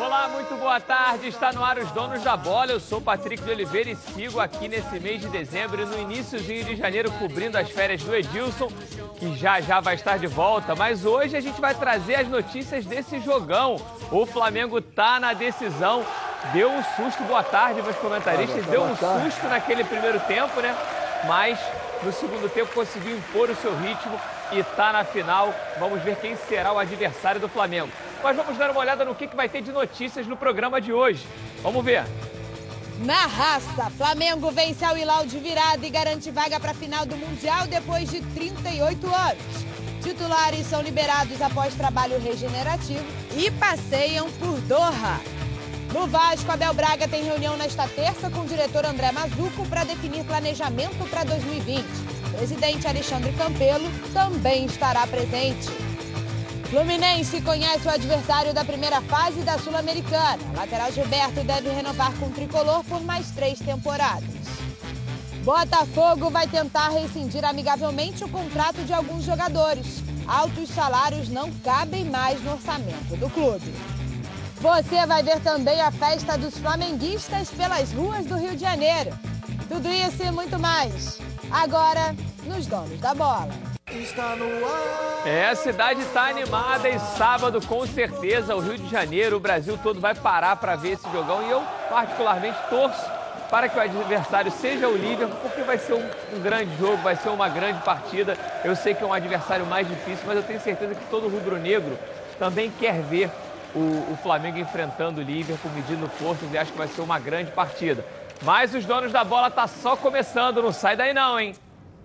Olá, muito boa tarde. Está no ar os Donos da Bola. Eu sou Patrick de Oliveira e sigo aqui nesse mês de dezembro e no iniciozinho de janeiro cobrindo as férias do Edilson, que já vai estar de volta. Mas hoje a gente vai trazer as notícias desse jogão. O Flamengo tá na decisão. Deu um susto, boa tarde, meus comentaristas. Deu um susto naquele primeiro tempo, né? Mas no segundo tempo conseguiu impor o seu ritmo e tá na final. Vamos ver quem será o adversário do Flamengo. Mas vamos dar uma olhada no que vai ter de notícias no programa de hoje. Vamos ver. Na raça, Flamengo vence ao Hilal de virada e garante vaga para a final do Mundial depois de 38 anos. Titulares são liberados após trabalho regenerativo e passeiam por Doha. No Vasco, Abel Braga tem reunião nesta terça com o diretor André Mazzuco para definir planejamento para 2020. O presidente Alexandre Campelo também estará presente. Fluminense conhece o adversário da primeira fase da Sul-Americana. Lateral Gilberto deve renovar com o tricolor por mais 3 temporadas. Botafogo vai tentar rescindir amigavelmente o contrato de alguns jogadores. Altos salários não cabem mais no orçamento do clube. Você vai ver também a festa dos flamenguistas pelas ruas do Rio de Janeiro. Tudo isso e muito mais. Agora, nos Donos da Bola. Está no ar. A cidade está animada e sábado, com certeza, o Rio de Janeiro, o Brasil todo vai parar para ver esse jogão. E eu, particularmente, torço para que o adversário seja o Liverpool, porque vai ser um grande jogo, vai ser uma grande partida. Eu sei que é um adversário mais difícil, mas eu tenho certeza que todo rubro-negro também quer ver o Flamengo enfrentando o Liverpool, medindo forças, e acho que vai ser uma grande partida. Mas os Donos da Bola tá só começando, não sai daí não, hein?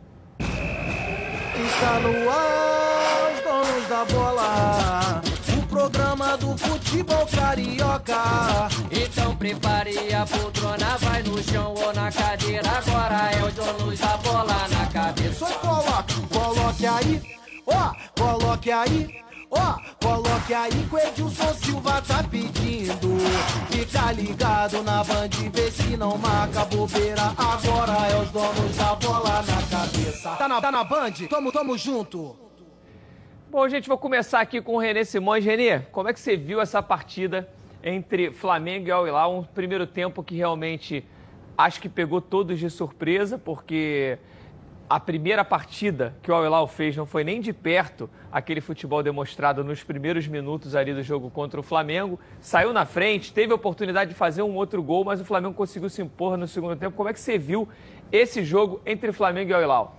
Está no ar, os Donos da Bola, o programa do futebol carioca. Então prepare a poltrona, vai no chão ou na cadeira. Agora é os Donos da Bola na cabeça. Só coloque aí, ó, coloque aí. Ó, coloque aí que o Edilson Silva tá pedindo. Fica ligado na Band, vê se não marca bobeira. Agora é os Donos da Bola na cabeça. Tá na Band? Tamo junto. Bom, gente, vou começar aqui com o René Simões. René, como é que você viu essa partida entre Flamengo e Al Hilal? Um primeiro tempo que realmente acho que pegou todos de surpresa, porque a primeira partida que o Al Hilal fez não foi nem de perto aquele futebol demonstrado nos primeiros minutos ali do jogo contra o Flamengo. Saiu na frente, teve a oportunidade de fazer um outro gol, mas o Flamengo conseguiu se impor no segundo tempo. Como é que você viu esse jogo entre Flamengo e Al Hilal?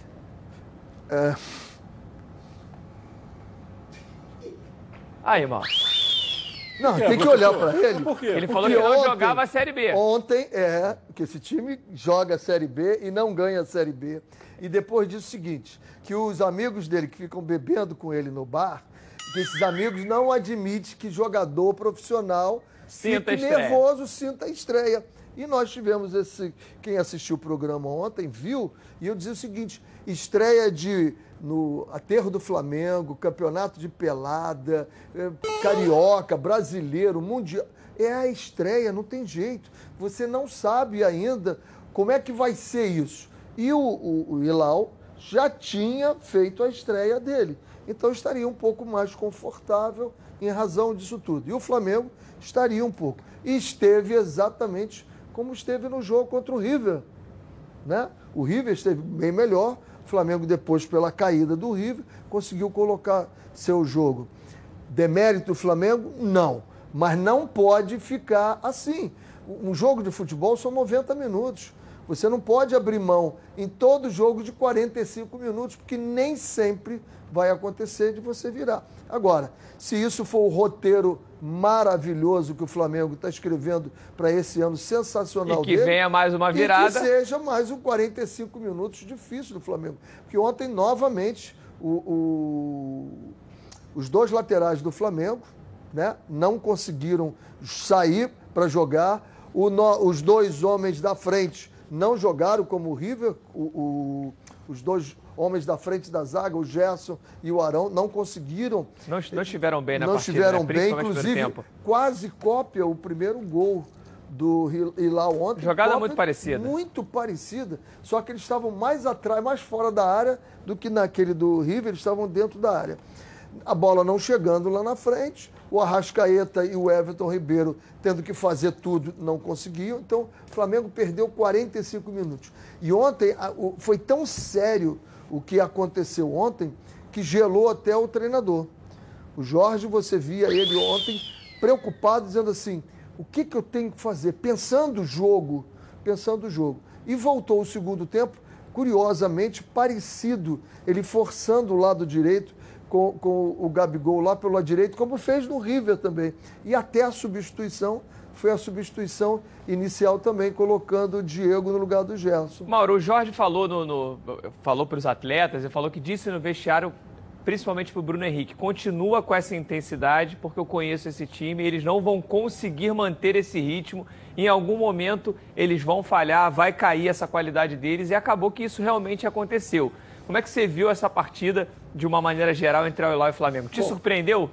Aí, irmão. Não, tem que olhar para ele. Por quê? Ele falou que não jogava a Série B. Ontem, que esse time joga a Série B e não ganha a Série B. E depois disso, o seguinte, que os amigos dele que ficam bebendo com ele no bar, que esses amigos não admitem que jogador profissional fique nervoso, sinta a estreia. E nós tivemos quem assistiu o programa ontem viu, e eu dizia o seguinte, estreia no Aterro do Flamengo, campeonato de pelada, carioca, brasileiro, mundial. É a estreia, não tem jeito. Você não sabe ainda como é que vai ser isso. E o Hilal já tinha feito a estreia dele. Então estaria um pouco mais confortável em razão disso tudo. E o Flamengo estaria um pouco. E esteve exatamente como esteve no jogo contra o River, né? O River esteve bem melhor. O Flamengo, depois, pela caída do River, conseguiu colocar seu jogo. Demérito do Flamengo? Não. Mas não pode ficar assim. Um jogo de futebol são 90 minutos. Você não pode abrir mão em todo jogo de 45 minutos, porque nem sempre vai acontecer de você virar. Agora, se isso for o roteiro maravilhoso que o Flamengo está escrevendo para esse ano sensacional dele... E que venha mais uma virada. E que seja mais um 45 minutos difícil do Flamengo. Porque ontem, novamente, os dois laterais do Flamengo, né, não conseguiram sair para jogar. Os dois homens da frente não jogaram como o River. Os dois homens da frente da zaga, o Gerson e o Arão, não conseguiram. Não estiveram bem na partida. Não estiveram bem, inclusive quase cópia o primeiro gol do Hilal ontem. Jogada muito parecida. Muito parecida, só que eles estavam mais atrás, mais fora da área do que naquele do River, eles estavam dentro da área. a bola não chegando lá na frente, o Arrascaeta e o Everton Ribeiro tendo que fazer tudo, não conseguiam. Então, o Flamengo perdeu 45 minutos. E ontem foi tão sério o que aconteceu ontem que gelou até o treinador. O Jorge, você via ele ontem preocupado, dizendo assim, o que eu tenho que fazer? Pensando o jogo. E voltou o segundo tempo, curiosamente, parecido, ele forçando o lado direito, com o Gabigol lá pelo lado direito, como fez no River também. E até a substituição, foi a substituição inicial também, colocando o Diego no lugar do Gerson. Mauro, o Jorge falou falou para os atletas, ele falou que disse no vestiário, principalmente para o Bruno Henrique, continua com essa intensidade, porque eu conheço esse time, eles não vão conseguir manter esse ritmo, em algum momento eles vão falhar, vai cair essa qualidade deles, e acabou que isso realmente aconteceu. Como é que você viu essa partida de uma maneira geral entre Al Hilal e Flamengo? Te surpreendeu?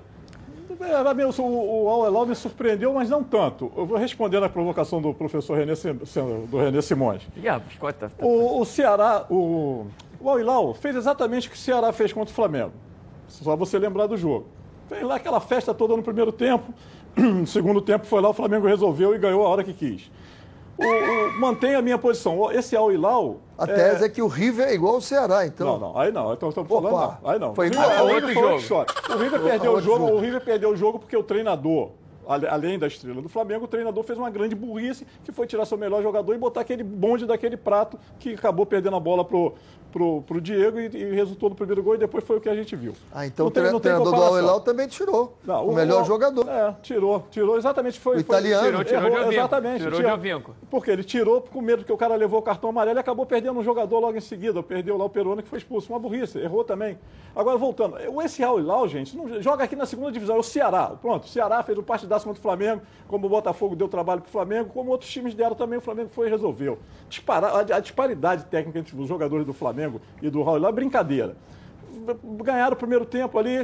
O Al Hilal me surpreendeu, mas não tanto. Eu vou responder na provocação do professor René Simões. O Ceará, o Al Hilal fez exatamente o que o Ceará fez contra o Flamengo. Só você lembrar do jogo. Fez lá aquela festa toda no primeiro tempo, no segundo tempo foi lá, o Flamengo resolveu e ganhou a hora que quis. Mantém a minha posição. Esse Al Hilal... A tese é que o River é igual ao Ceará, então. Não, aí não. Então estamos falando, não. Aí não. Foi outro jogo. O River perdeu o jogo porque o treinador, além da estrela do Flamengo, o treinador fez uma grande burrice, que foi tirar seu melhor jogador e botar aquele bonde daquele prato que acabou perdendo a bola pro Diego e resultou no primeiro gol e depois foi o que a gente viu. Então o treinador do Al Hilal também tirou o melhor jogador. Tirou exatamente. Foi italiano. Tirou exatamente. Tirou de Ovinco. Porque ele tirou com medo que o cara levou o cartão amarelo e acabou perdendo um jogador logo em seguida. Perdeu lá o Perona que foi expulso. Uma burrice, errou também. Agora, voltando. Esse Al Hilal, gente, não joga aqui na segunda divisão. É o Ceará. Pronto, o Ceará fez um partidaço contra o Flamengo, como o Botafogo deu trabalho pro Flamengo, como outros times deram também, o Flamengo foi e resolveu. A disparidade técnica entre os jogadores do Flamengo e do Al Hilal é brincadeira. Ganharam o primeiro tempo ali,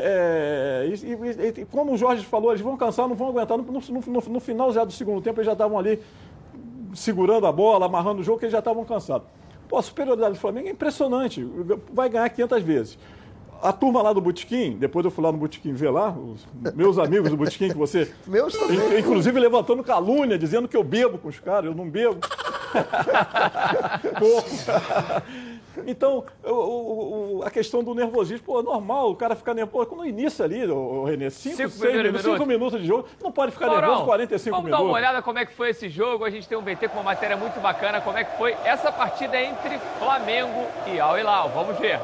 e como o Jorge falou, eles vão cansar, não vão aguentar. No final já do segundo tempo, eles já estavam ali segurando a bola, amarrando o jogo, que eles já estavam cansados. A superioridade do Flamengo é impressionante, vai ganhar 500 vezes. A turma lá do Botequim, depois eu fui lá no Botequim ver lá, os meus amigos do Botequim, que você... Meus também. Inclusive levantando calúnia, dizendo que eu bebo com os caras, eu não bebo. Então, a questão do nervosismo, é normal, o cara ficar nervoso. No início ali, o Renê, 5 minutos de jogo, não pode ficar nervoso 45 minutos. Vamos dar uma olhada como é que foi esse jogo. A gente tem um BT com uma matéria muito bacana, como é que foi essa partida entre Flamengo e Al Hilal. Vamos ver.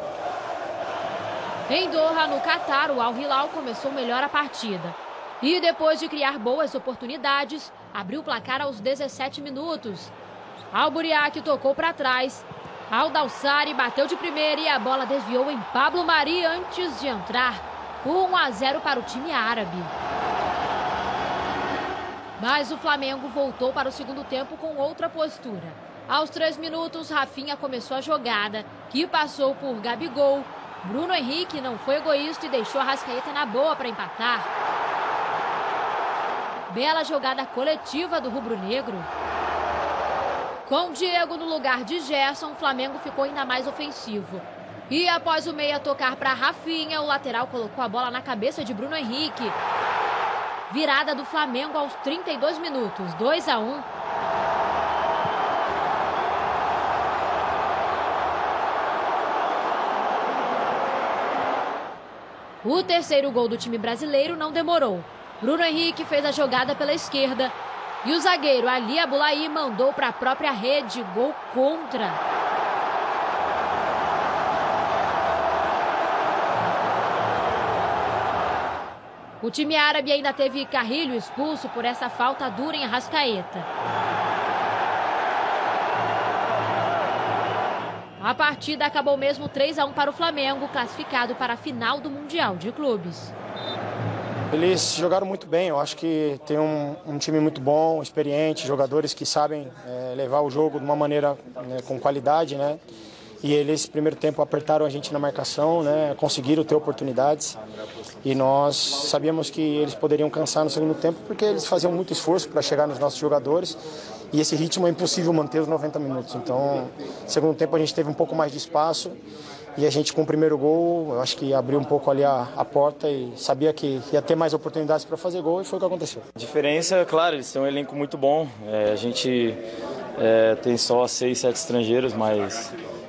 Em Doha, no Catar, o Al Hilal começou melhor a partida. E depois de criar boas oportunidades, abriu o placar aos 17 minutos. Al-Buriak tocou para trás. Al-Dawsari bateu de primeira e a bola desviou em Pablo Mari antes de entrar. 1-0 para o time árabe. Mas o Flamengo voltou para o segundo tempo com outra postura. Aos 3 minutos, Rafinha começou a jogada, que passou por Gabigol. Bruno Henrique não foi egoísta e deixou a Arrascaeta na boa para empatar. Bela jogada coletiva do rubro-negro. Com Diego no lugar de Gerson, o Flamengo ficou ainda mais ofensivo. E após o meia tocar para Rafinha, o lateral colocou a bola na cabeça de Bruno Henrique. Virada do Flamengo aos 32 minutos, 2-1. O terceiro gol do time brasileiro não demorou. Bruno Henrique fez a jogada pela esquerda. E o zagueiro Ali Abulaí mandou para a própria rede, gol contra. O time árabe ainda teve Carrilho expulso por essa falta dura em Arrascaeta. A partida acabou mesmo 3-1 para o Flamengo, classificado para a final do Mundial de Clubes. Eles jogaram muito bem, eu acho que tem um time muito bom, experiente, jogadores que sabem levar o jogo de uma maneira com qualidade, né? E eles, no primeiro tempo, apertaram a gente na marcação, né? Conseguiram ter oportunidades. E nós sabíamos que eles poderiam cansar no segundo tempo, porque eles faziam muito esforço para chegar nos nossos jogadores. E esse ritmo é impossível manter os 90 minutos. Então, no segundo tempo, a gente teve um pouco mais de espaço. E a gente, com o primeiro gol, eu acho que abriu um pouco ali a porta e sabia que ia ter mais oportunidades para fazer gol, e foi o que aconteceu. A diferença, claro, eles têm um elenco muito bom. A gente tem só 6, 7 estrangeiros, mas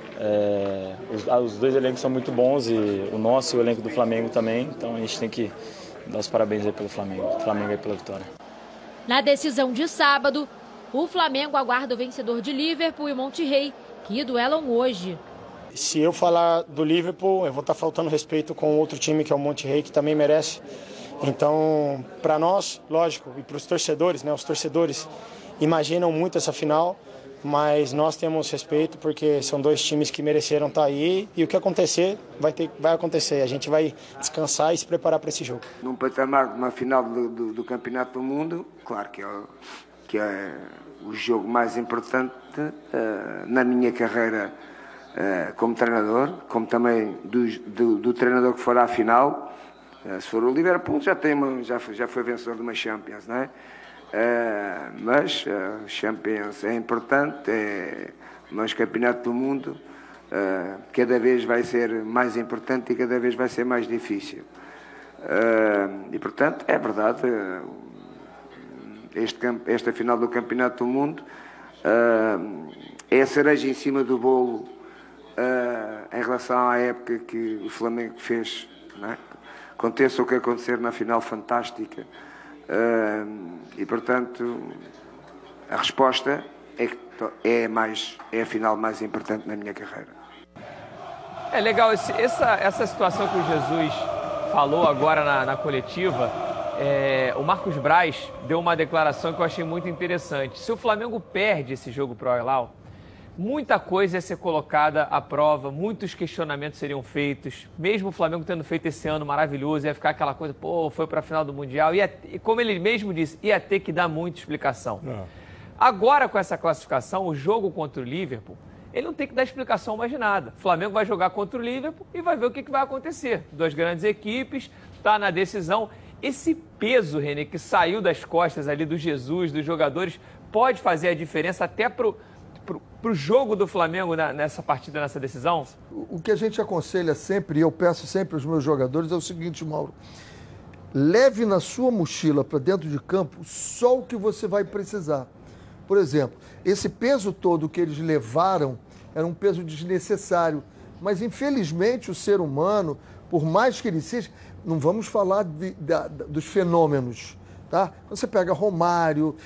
os dois elencos são muito bons, e o nosso e o elenco do Flamengo também. Então a gente tem que dar os parabéns aí pelo Flamengo aí pela vitória. Na decisão de sábado, o Flamengo aguarda o vencedor de Liverpool e Monterrey, que duelam hoje. Se eu falar do Liverpool, eu vou estar faltando respeito com outro time, que é o Monterrey, que também merece. Então, para nós, lógico, e para os torcedores, né, os torcedores imaginam muito essa final, mas nós temos respeito porque são dois times que mereceram estar aí, e o que acontecer, vai acontecer. A gente vai descansar e se preparar para esse jogo. Num patamar de uma final do Campeonato do Mundo, claro que é o jogo mais importante na minha carreira como treinador, como também do treinador que for à final. Se for o Liverpool, já foi vencedor de uma Champions, não é? Mas Champions é importante, mas Campeonato do Mundo cada vez vai ser mais importante e cada vez vai ser mais difícil. E portanto, é verdade, esta final do Campeonato do Mundo é a cereja em cima do bolo em relação à época que o Flamengo fez, não é? Aconteça o que acontecer na final fantástica. E portanto a resposta é a final mais importante na minha carreira. É legal essa situação que o Jesus falou agora na coletiva. O Marcos Braz deu uma declaração que eu achei muito interessante. Se o Flamengo perde esse jogo para o Al-Hilal, muita coisa ia ser colocada à prova, muitos questionamentos seriam feitos. Mesmo o Flamengo tendo feito esse ano maravilhoso, ia ficar aquela coisa, foi para a final do Mundial. E como ele mesmo disse, ia ter que dar muita explicação. Agora, com essa classificação, o jogo contra o Liverpool, ele não tem que dar explicação mais de nada. O Flamengo vai jogar contra o Liverpool e vai ver o que vai acontecer. Duas grandes equipes, está na decisão. Esse peso, René, que saiu das costas ali do Jesus, dos jogadores, pode fazer a diferença até para o jogo do Flamengo nessa partida, nessa decisão? O que a gente aconselha sempre, e eu peço sempre aos meus jogadores, é o seguinte, Mauro. Leve na sua mochila para dentro de campo só o que você vai precisar. Por exemplo, esse peso todo que eles levaram era um peso desnecessário. Mas, infelizmente, o ser humano, por mais que ele seja... Não vamos falar dos fenômenos, tá? Você pega Romário,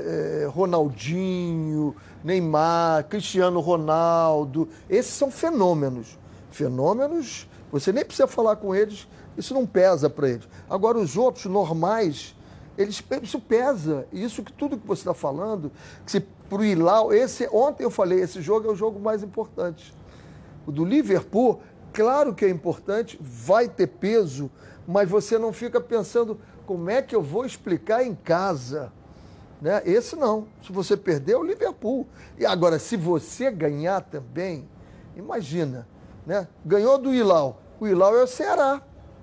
Ronaldinho, Neymar, Cristiano Ronaldo, esses são fenômenos. Fenômenos, você nem precisa falar com eles, isso não pesa para eles. Agora, os outros normais, isso pesa. Isso que tudo que você está falando, que se pro Hilal, ontem eu falei, esse jogo é o jogo mais importante. O do Liverpool, claro que é importante, vai ter peso, mas você não fica pensando como é que eu vou explicar em casa. Né? Esse não. Se você perder, é o Liverpool. E agora, se você ganhar também, imagina, né? Ganhou do Hilal. O Hilal é o Ceará.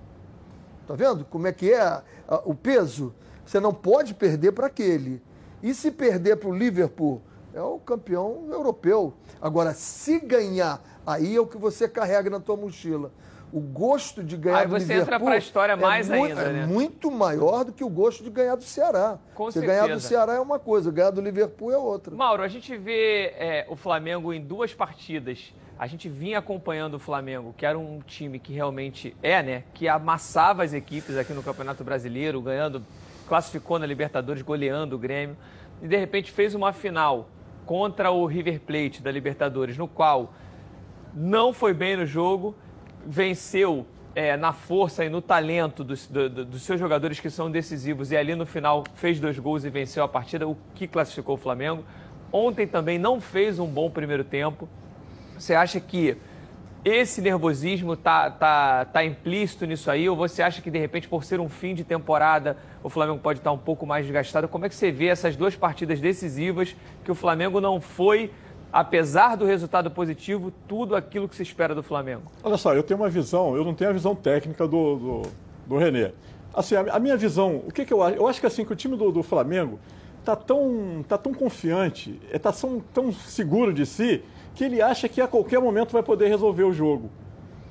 Tá vendo como é que é o peso? Você não pode perder para aquele. E se perder para o Liverpool, é o campeão europeu. Agora, se ganhar, aí é o que você carrega na tua mochila. O gosto de ganhar do Liverpool... Aí você entra para a história mais ainda, né? É muito maior do que o gosto de ganhar do Ceará. Com certeza. Ganhar do Ceará é uma coisa, ganhar do Liverpool é outra. Mauro, a gente vê o Flamengo em duas partidas. A gente vinha acompanhando o Flamengo, que era um time que realmente né? Que amassava as equipes aqui no Campeonato Brasileiro, classificou na Libertadores, goleando o Grêmio. E, de repente, fez uma final contra o River Plate da Libertadores, no qual não foi bem no jogo, venceu na força e no talento dos seus jogadores que são decisivos, e ali no final fez 2 gols e venceu a partida, o que classificou o Flamengo. Ontem também não fez um bom primeiro tempo. Você acha que esse nervosismo tá implícito nisso aí, ou você acha que, de repente, por ser um fim de temporada, o Flamengo pode estar um pouco mais desgastado? Como é que você vê essas 2 partidas decisivas que o Flamengo não foi, apesar do resultado positivo, tudo aquilo que se espera do Flamengo? Olha só, eu tenho uma visão, eu não tenho a visão técnica do René. Assim, a minha visão, o que eu acho? Eu acho que assim, que o time do Flamengo tá tão confiante, tão seguro de si, que ele acha que a qualquer momento vai poder resolver o jogo.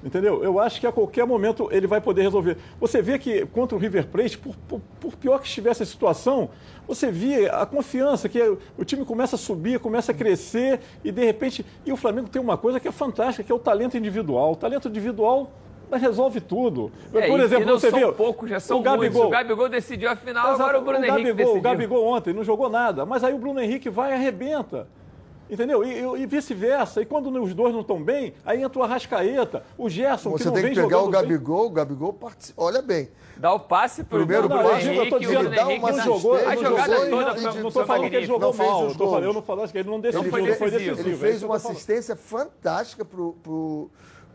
Entendeu? Eu acho que a qualquer momento ele vai poder resolver. Você vê que contra o River Plate, por pior que estivesse a situação, você via a confiança, que o time começa a subir, começa a crescer e de repente... E o Flamengo tem uma coisa que é fantástica, que é o talento individual. O talento individual resolve tudo. Por exemplo, você viu... poucos, já são muitos. O Gabigol decidiu a final, agora o Bruno Henrique decidiu. O Gabigol ontem não jogou nada, mas aí o Bruno Henrique vai e arrebenta. Entendeu? E vice-versa. E quando os dois não estão bem, aí entra o Arrascaeta, o Gerson, que não vem jogando. Você tem que pegar o Gabigol participa. Olha bem. Dá o passe pro primeiro Bruno Henrique, o Bruno Henrique não jogou. A jogada toda não estou falando que ele jogou mal. Eu não falando que ele não decidiu. Foi decisivo. Ele fez uma assistência fantástica pro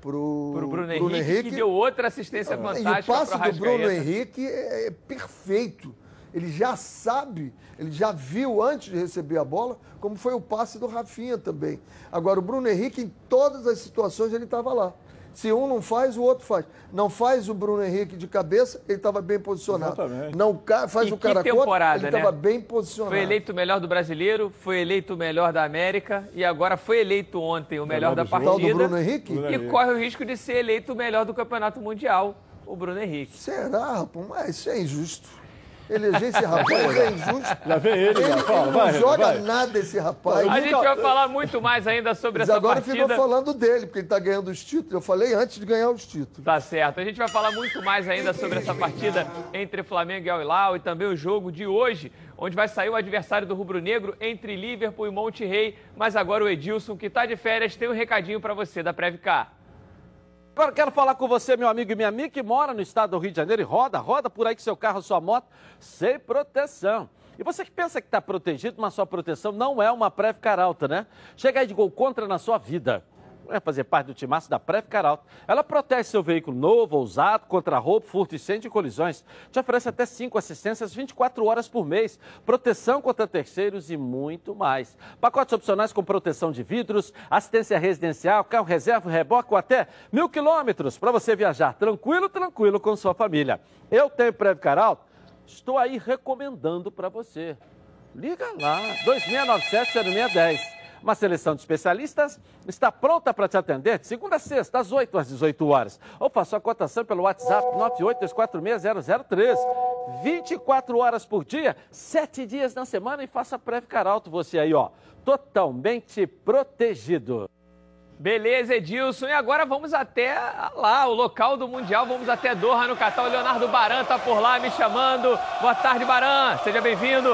Bruno Henrique, que deu outra assistência fantástica. E o passe do Bruno Henrique é perfeito. Ele já sabe, ele já viu antes de receber a bola, como foi o passe do Rafinha também. Agora, o Bruno Henrique, em todas as situações, ele estava lá. Se um não faz, o outro faz. Não faz o Bruno Henrique de cabeça, ele estava bem posicionado. Exatamente. Não faz o cara contra, ele estava bem posicionado. Foi eleito o melhor do brasileiro, foi eleito o melhor da América e agora foi eleito ontem o melhor da partida. Do Bruno Henrique? E corre o risco de ser eleito o melhor do Campeonato Mundial, o Bruno Henrique. Será, rapaz? Mas isso é injusto. Eleger esse rapaz é injusto. Já vem ele, ele não joga nada esse rapaz. A gente vai falar muito mais ainda sobre essa agora partida. Agora ficou falando dele, porque ele está ganhando os títulos. Eu falei antes de ganhar os títulos. Tá certo. A gente vai falar muito mais ainda sobre essa partida entre Flamengo e Al Hilal e também o jogo de hoje, onde vai sair o adversário do rubro-negro entre Liverpool e Monterrey. Mas agora o Edilson, que está de férias, tem um recadinho para você da Previcar. Agora quero falar com você, meu amigo e minha amiga, que mora no estado do Rio de Janeiro e roda por aí com seu carro, sua moto, sem proteção. E você que pensa que está protegido, mas sua proteção não é uma Previcar Alta, né? Chega aí de Gol Contra na sua vida. Vai fazer parte do timaço da Previcar Alta. Ela protege seu veículo novo ou usado contra roubo, furto, incêndio e colisões. Te oferece até 5 assistências 24 horas por mês, proteção contra terceiros e muito mais. Pacotes opcionais com proteção de vidros, assistência residencial, carro reserva, reboque ou até 1.000 quilômetros para você viajar tranquilo com sua família. Eu tenho Previcar Alta, estou aí recomendando para você. Liga lá, 2697-0610. Uma seleção de especialistas está pronta para te atender de segunda a sexta, das 8 às 18 horas. Ou faça a cotação pelo WhatsApp 982460003. 24 horas por dia, 7 dias na semana e faça Previcar Alta você aí, ó, totalmente protegido. Beleza, Edilson. E agora vamos até lá, o local do Mundial. Vamos até Doha, no Catar. O Leonardo Baran está por lá me chamando. Boa tarde, Baran. Seja bem-vindo.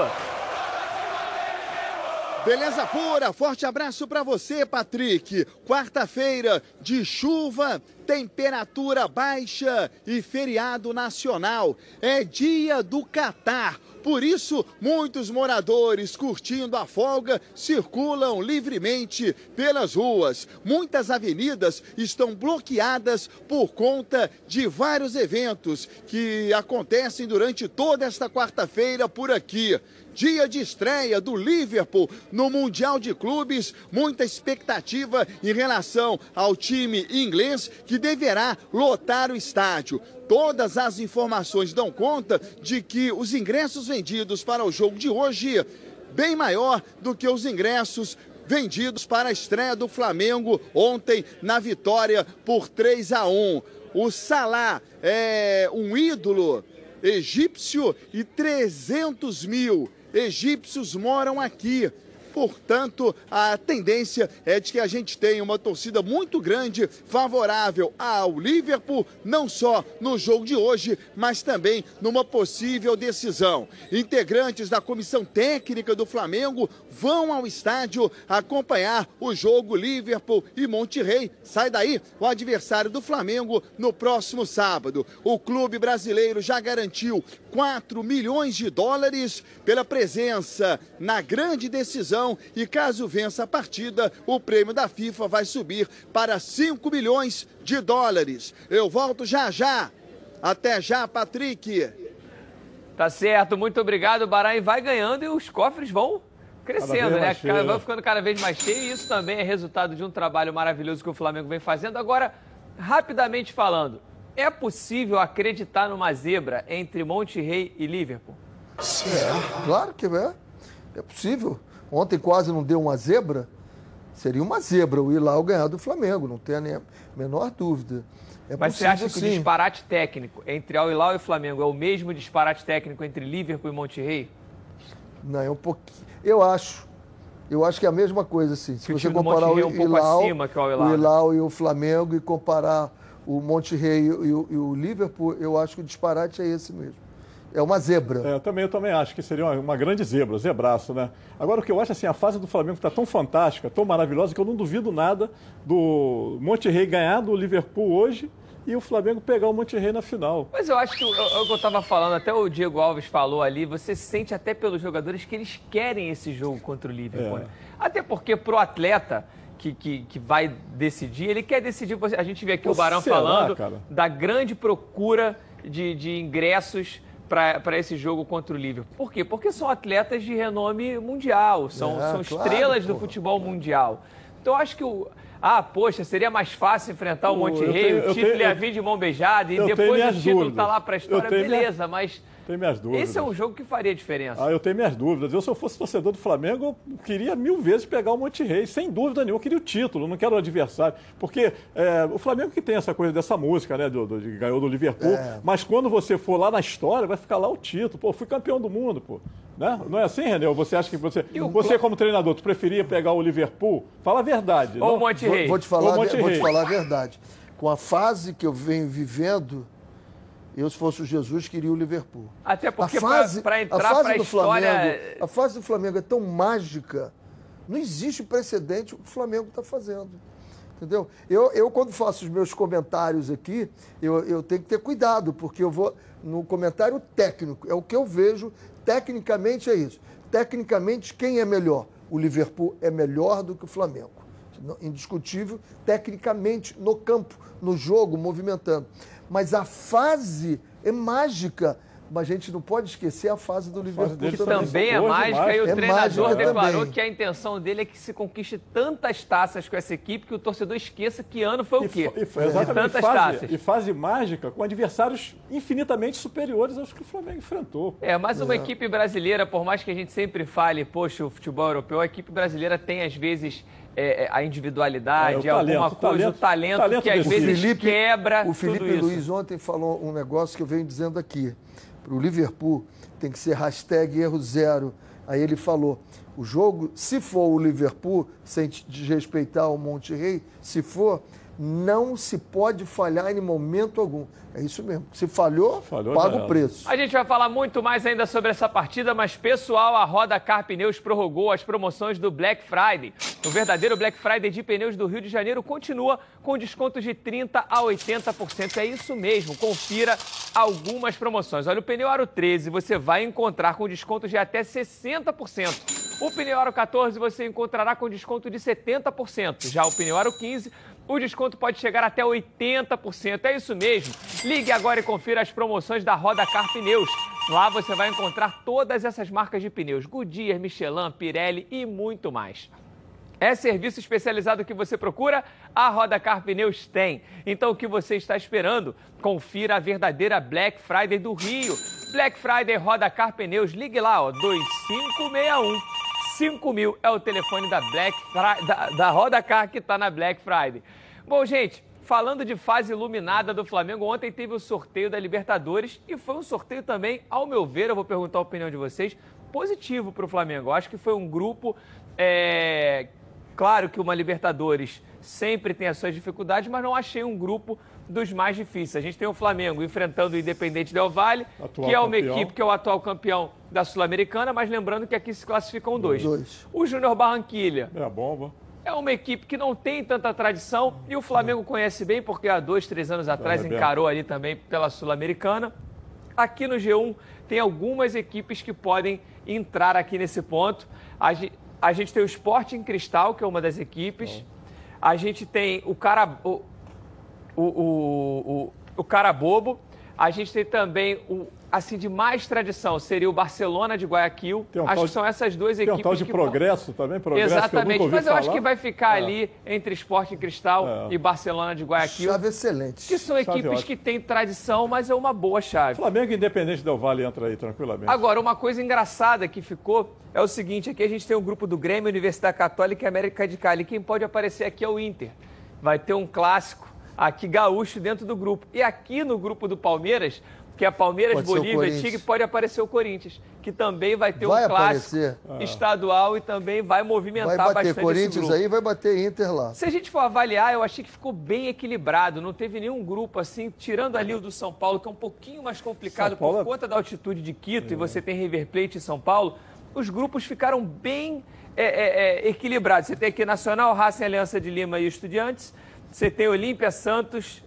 Beleza pura, forte abraço para você, Patrick. Quarta-feira de chuva, temperatura baixa e feriado nacional. É dia do Catar. Por isso, muitos moradores curtindo a folga circulam livremente pelas ruas. Muitas avenidas estão bloqueadas por conta de vários eventos que acontecem durante toda esta quarta-feira por aqui. Dia de estreia do Liverpool no Mundial de Clubes, muita expectativa em relação ao time inglês que deverá lotar o estádio. Todas as informações dão conta de que os ingressos vendidos para o jogo de hoje bem maior do que os ingressos vendidos para a estreia do Flamengo ontem na vitória por 3-1. O Salah é um ídolo egípcio e 300 mil egípcios moram aqui. Portanto, a tendência é de que a gente tenha uma torcida muito grande favorável ao Liverpool, não só no jogo de hoje, mas também numa possível decisão. Integrantes da comissão técnica do Flamengo vão ao estádio acompanhar o jogo Liverpool e Monterrey. Sai daí o adversário do Flamengo no próximo sábado. O clube brasileiro já garantiu 4 milhões de dólares pela presença na grande decisão e caso vença a partida, o prêmio da FIFA vai subir para 5 milhões de dólares. Eu volto já já. Até já, Patrick. Tá certo, muito obrigado, Baran. E vai ganhando e os cofres vão crescendo, né? Vão ficando cada vez mais cheios e isso também é resultado de um trabalho maravilhoso que o Flamengo vem fazendo. Agora, rapidamente falando, é possível acreditar numa zebra entre Monterrey e Liverpool? Claro que é. É possível. Ontem quase não deu uma zebra. Seria uma zebra o Hilal ganhar do Flamengo, não tem a menor dúvida. Mas você acha que o disparate técnico entre Al Hilal e Flamengo é o mesmo disparate técnico entre Liverpool e Monterrey? Não, é um pouquinho. Eu acho que é a mesma coisa, assim. Se você comparar o Hilal e o Flamengo e comparar o Monterrey e o Liverpool, eu acho que o disparate é esse mesmo. É uma zebra. Eu também acho que seria uma grande zebra, zebraço, né? Agora, o que eu acho, assim, a fase do Flamengo está tão fantástica, tão maravilhosa, que eu não duvido nada do Monterrey ganhar do Liverpool hoje e o Flamengo pegar o Monterrey na final. Mas eu acho que o que eu estava falando, até o Diego Alves falou ali, você sente até pelos jogadores que eles querem esse jogo contra o Liverpool. Né? Até porque pro atleta que vai decidir, ele quer decidir. A gente vê aqui o Barão falando da grande procura de ingressos para esse jogo contra o Liverpool. Por quê? Porque são atletas de renome mundial, são estrelas do futebol mundial. Então, eu acho que poxa, seria mais fácil enfrentar o Monterrey, o título ia vir de mão beijada e depois o título tá lá para a história, beleza, mas... Tenho minhas dúvidas. Esse é um jogo que faria diferença. Eu tenho minhas dúvidas. Se eu fosse torcedor do Flamengo, eu queria 1000 vezes pegar o Monterrey, sem dúvida nenhuma. Eu queria o título, não quero o adversário. Porque o Flamengo que tem essa coisa dessa música, né, de ganhou do Liverpool, mas quando você for lá na história, vai ficar lá o título. Pô, fui campeão do mundo, pô. Né? Não é assim, René? Você acha que você como treinador, tu preferia pegar o Liverpool? Fala a verdade. Ou o Monterrey. Vou te falar a verdade. Com a fase que eu venho vivendo, eu, se fosse o Jesus, queria o Liverpool. Até porque para entrar para a história... A fase do Flamengo é tão mágica, não existe precedente o que o Flamengo está fazendo. Entendeu? Eu, quando faço os meus comentários aqui, eu tenho que ter cuidado, porque eu vou no comentário técnico. É o que eu vejo, tecnicamente é isso. Tecnicamente, quem é melhor? O Liverpool é melhor do que o Flamengo. Indiscutível, tecnicamente, no campo, no jogo, movimentando. Mas a fase é mágica. Mas a gente não pode esquecer a fase do Liverpool. Que também é mágica. E o treinador declarou que a intenção dele é que se conquiste tantas taças com essa equipe que o torcedor esqueça que ano foi o quê? Exatamente. Tantas taças. E fase mágica com adversários infinitamente superiores aos que o Flamengo enfrentou. Mas uma equipe brasileira, por mais que a gente sempre fale, poxa, o futebol europeu, a equipe brasileira tem às vezes... a individualidade, alguma coisa, o talento que às vezes quebra. O Felipe Luiz ontem falou um negócio que eu venho dizendo aqui. Para o Liverpool tem que ser #erro0. Aí ele falou, o jogo, se for o Liverpool, sem desrespeitar o Monterrey, se for, não se pode falhar em momento algum. É isso mesmo. Se falhou paga o preço. A gente vai falar muito mais ainda sobre essa partida, mas, pessoal, a Roda Car Pneus prorrogou as promoções do Black Friday. O verdadeiro Black Friday de pneus do Rio de Janeiro continua com descontos de 30% a 80%. É isso mesmo. Confira algumas promoções. Olha, o pneu Aro 13 você vai encontrar com descontos de até 60%. O pneu Aro 14 você encontrará com desconto de 70%. Já o pneu Aro 15... o desconto pode chegar até 80%. É isso mesmo. Ligue agora e confira as promoções da Roda Car Pneus. Lá você vai encontrar todas essas marcas de pneus: Goodyear, Michelin, Pirelli e muito mais. É serviço especializado que você procura? A Roda Car Pneus tem. Então o que você está esperando? Confira a verdadeira Black Friday do Rio. Black Friday Roda Car Pneus. Ligue lá, 2561. 5.000 é o telefone da Roda Car que está na Black Friday. Bom, gente, falando de fase iluminada do Flamengo, ontem teve o sorteio da Libertadores e foi um sorteio também, ao meu ver, eu vou perguntar a opinião de vocês, positivo para o Flamengo. Eu acho que foi um grupo, claro que uma Libertadores sempre tem as suas dificuldades, mas não achei um grupo dos mais difíceis. A gente tem o Flamengo enfrentando o Independente Del Valle, que é uma equipe que é o atual campeão da Sul-Americana, mas lembrando que aqui se classificam dois. O Júnior Barranquilla é a bomba. É uma equipe que não tem tanta tradição e o Flamengo conhece bem, porque há 2, 3 anos atrás encarou ali também pela Sul-Americana. Aqui no G1 tem algumas equipes que podem entrar aqui nesse ponto. A gente tem o Sporting Cristal, que é uma das equipes. A gente tem o Carabobo. A gente tem também assim, de mais tradição seria o Barcelona de Guayaquil. Acho que são essas duas equipes. Tem um tal de Progresso também, Progresso. Exatamente, que eu mas eu falar. acho que vai ficar ali entre Sporting Cristal e Barcelona de Guayaquil. Chave excelente. Que são equipes que têm tradição, mas é uma boa chave. Flamengo Independente Del Valle entra aí tranquilamente. Agora, uma coisa engraçada que ficou é o seguinte, aqui a gente tem um grupo do Grêmio, Universidade Católica e América de Cali. Quem pode aparecer aqui é o Inter. Vai ter um clássico aqui gaúcho dentro do grupo. E aqui no grupo do Palmeiras, que é Palmeiras, Bolívia e Tigre, pode aparecer o Corinthians, que também vai ter um clássico estadual e também vai movimentar bastante. Vai bater Corinthians aí, vai bater Inter lá. Se a gente for avaliar, eu achei que ficou bem equilibrado, não teve nenhum grupo assim, tirando ali o do São Paulo, que é um pouquinho mais complicado por conta da altitude de Quito, e você tem River Plate em São Paulo, os grupos ficaram bem equilibrados. Você tem aqui Nacional, Racing, Aliança de Lima e Estudiantes, você tem Olímpia, Santos,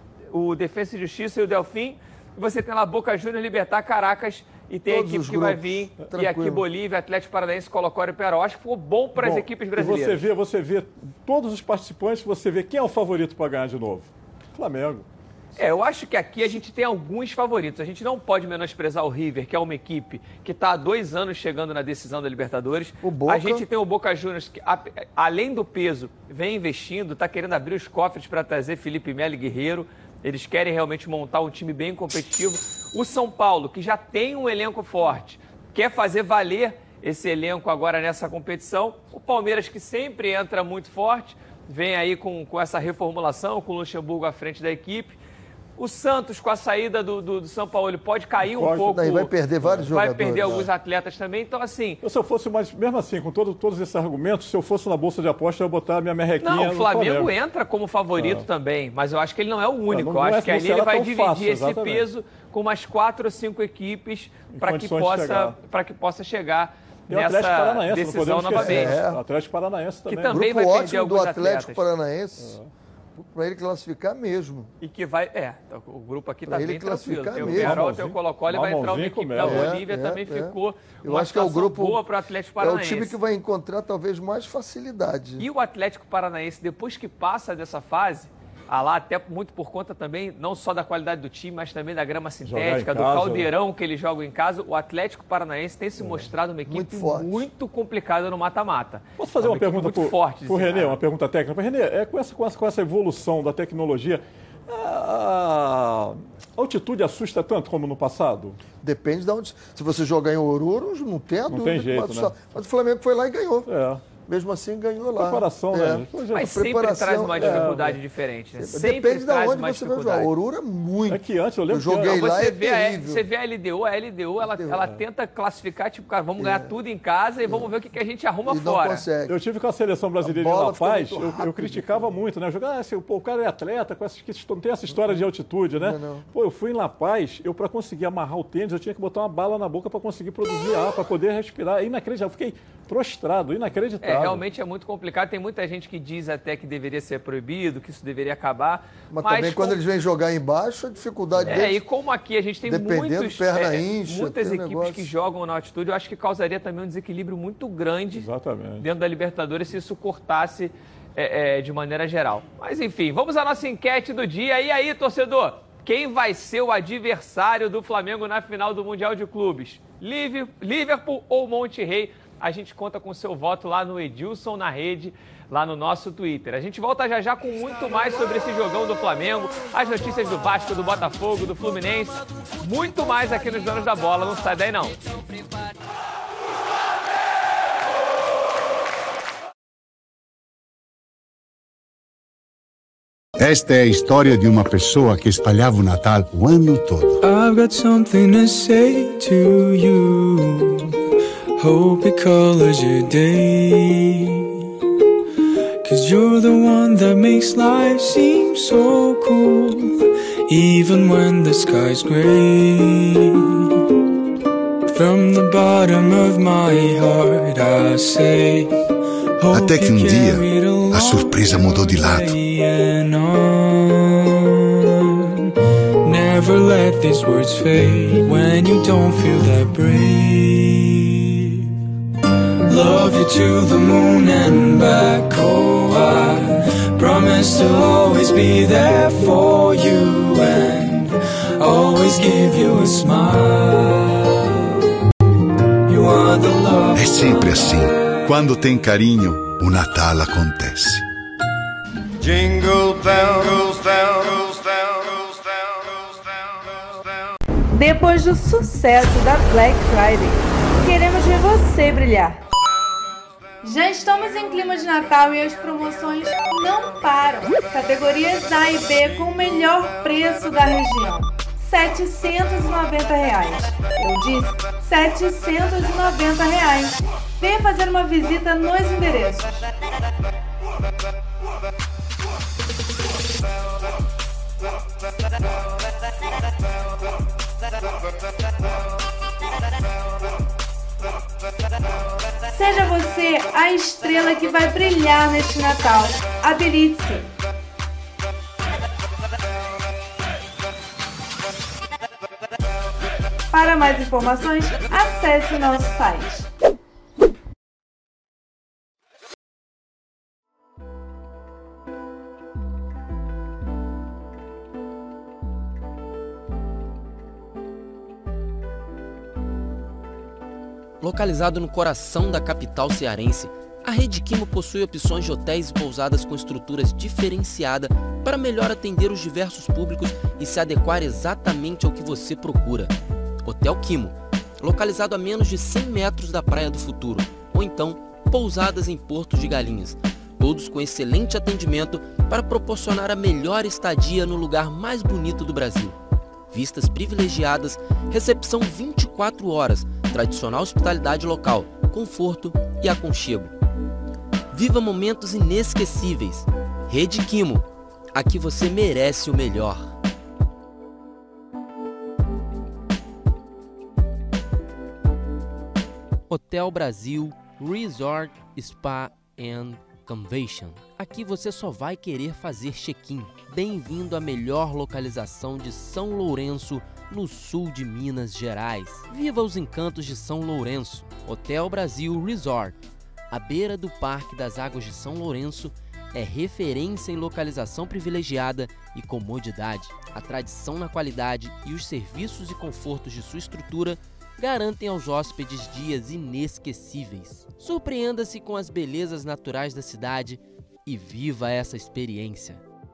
o Defensa e Justiça e o Delfim, e você tem lá Boca Juniors, Libertad, Caracas, e tem a equipe que vai vir, e aqui Bolívia, Atlético Paranaense, Colo-Colo e Peral. Acho que ficou bom para as equipes brasileiras. E você vê todos os participantes, você vê quem é o favorito para ganhar de novo? Flamengo. Eu acho que aqui a gente tem alguns favoritos. A gente não pode menosprezar o River, que é uma equipe que está há 2 anos chegando na decisão da Libertadores. A gente tem o Boca Juniors, que além do peso, vem investindo, está querendo abrir os cofres para trazer Felipe Melo e Guerreiro. Eles querem realmente montar um time bem competitivo. O São Paulo, que já tem um elenco forte, quer fazer valer esse elenco agora nessa competição. O Palmeiras, que sempre entra muito forte, vem aí com essa reformulação, com o Luxemburgo à frente da equipe. O Santos, com a saída do São Paulo, ele pode cair um pouco. Daí vai perder vários jogadores. Vai perder alguns atletas também. Então, assim... Se eu fosse, mas mesmo assim, com todos esses argumentos, se eu fosse na bolsa de aposta, eu ia botar a minha merrequinha. Não, o Flamengo entra como favorito também, mas eu acho que ele não é o único. Eu acho que ali ele vai dividir esse peso com umas 4 ou 5 equipes para que possa chegar nessa decisão novamente. O Atlético Paranaense também. Que também Grupo vai ótimo perder alguns do Atlético atletas. Paranaense. Para ele classificar mesmo. E que vai... o grupo aqui está bem tranquilo. Tem o mesmo. Perol, tem o Colo-Colo e vai entrar uma equipe da Bolívia, também ficou Eu uma acho que é o grupo boa para o Atlético Paranaense. É o time que vai encontrar talvez mais facilidade. E o Atlético Paranaense, depois que passa dessa fase, lá até muito por conta também, não só da qualidade do time, mas também da grama sintética, do caldeirão que eles jogam em casa, o Atlético Paranaense tem se mostrado uma equipe muito complicada no mata-mata. Posso fazer uma pergunta muito forte para o Renê, uma pergunta técnica? Renê, com essa evolução da tecnologia, a altitude assusta tanto como no passado? Depende de onde. Se você jogar em Ourouros, não tem a dúvida. Não tem jeito, mas o Flamengo foi lá e ganhou. Mesmo assim, ganhou lá. Preparação, né? Mas sempre traz uma dificuldade diferente, né? Depende de onde você vai jogar. Ouro é muito. É que antes eu lembro joguei lá, você vê a LDU, ela tenta classificar, tipo, cara, vamos ganhar tudo em casa e vamos ver o que a gente arruma fora. Eu tive com a seleção brasileira em La Paz, eu criticava muito, né? Eu jogava o cara é atleta, não tem essa história de altitude, né? Pô, eu fui em La Paz, para conseguir amarrar o tênis, eu tinha que botar uma bala na boca para conseguir produzir ar, para poder respirar. É inacreditável. Eu fiquei prostrado, inacreditável. Realmente é muito complicado. Tem muita gente que diz até que deveria ser proibido, que isso deveria acabar. Mas também quando eles vêm jogar embaixo, a dificuldade deles... E como aqui a gente tem muitas equipes que jogam na altitude, eu acho que causaria também um desequilíbrio muito grande dentro da Libertadores se isso cortasse de maneira geral. Mas enfim, vamos à nossa enquete do dia. E aí, torcedor? Quem vai ser o adversário do Flamengo na final do Mundial de Clubes? Liverpool ou Monterrey? A gente conta com o seu voto lá no Edilson na Rede, lá no nosso Twitter. A gente volta já com muito mais sobre esse jogão do Flamengo, as notícias do Vasco, do Botafogo, do Fluminense, muito mais aqui nos Donos da Bola. Não sai daí, não. Esta é a história de uma pessoa que espalhava o Natal o ano todo. I've got something to say to you. Hope it colors your day. 'Cause you're the one that makes life seem so cool. Even when the sky's gray. From the bottom of my heart I say. Até que dia a surpresa mudou de lado. Never let these words fade when you don't feel that brave. Love you to the moon and back. Oh, I promise to always be there for you. And always give you a smile. You are the love. É sempre assim. Quando tem carinho, o Natal acontece. Jingle bells, bells, Depois do sucesso da Black Friday, queremos ver você brilhar. Já estamos em clima de Natal e as promoções não param. Categorias A e B com o melhor preço da região. R$790. Eu disse R$790. Venha fazer uma visita nos endereços. Seja você a estrela que vai brilhar neste Natal. Habilite-se! Para mais informações, acesse nosso site. Localizado no coração da capital cearense, a Rede Quimo possui opções de hotéis e pousadas com estruturas diferenciadas para melhor atender os diversos públicos e se adequar exatamente ao que você procura. Hotel Quimo, localizado a menos de 100 metros da Praia do Futuro, ou então pousadas em Porto de Galinhas, todos com excelente atendimento para proporcionar a melhor estadia no lugar mais bonito do Brasil. Vistas privilegiadas, recepção 24 horas, tradicional hospitalidade local, conforto e aconchego. Viva momentos inesquecíveis. Rede Quimo, aqui você merece o melhor. Hotel Brasil Resort Spa and Convention. Aqui você só vai querer fazer check-in. Bem-vindo à melhor localização de São Lourenço, no sul de Minas Gerais. Viva os encantos de São Lourenço. Hotel Brasil Resort, à beira do Parque das Águas de São Lourenço, é referência em localização privilegiada e comodidade. A tradição na qualidade e os serviços e confortos de sua estrutura garantem aos hóspedes dias inesquecíveis. Surpreenda-se com as belezas naturais da cidade e viva essa experiência.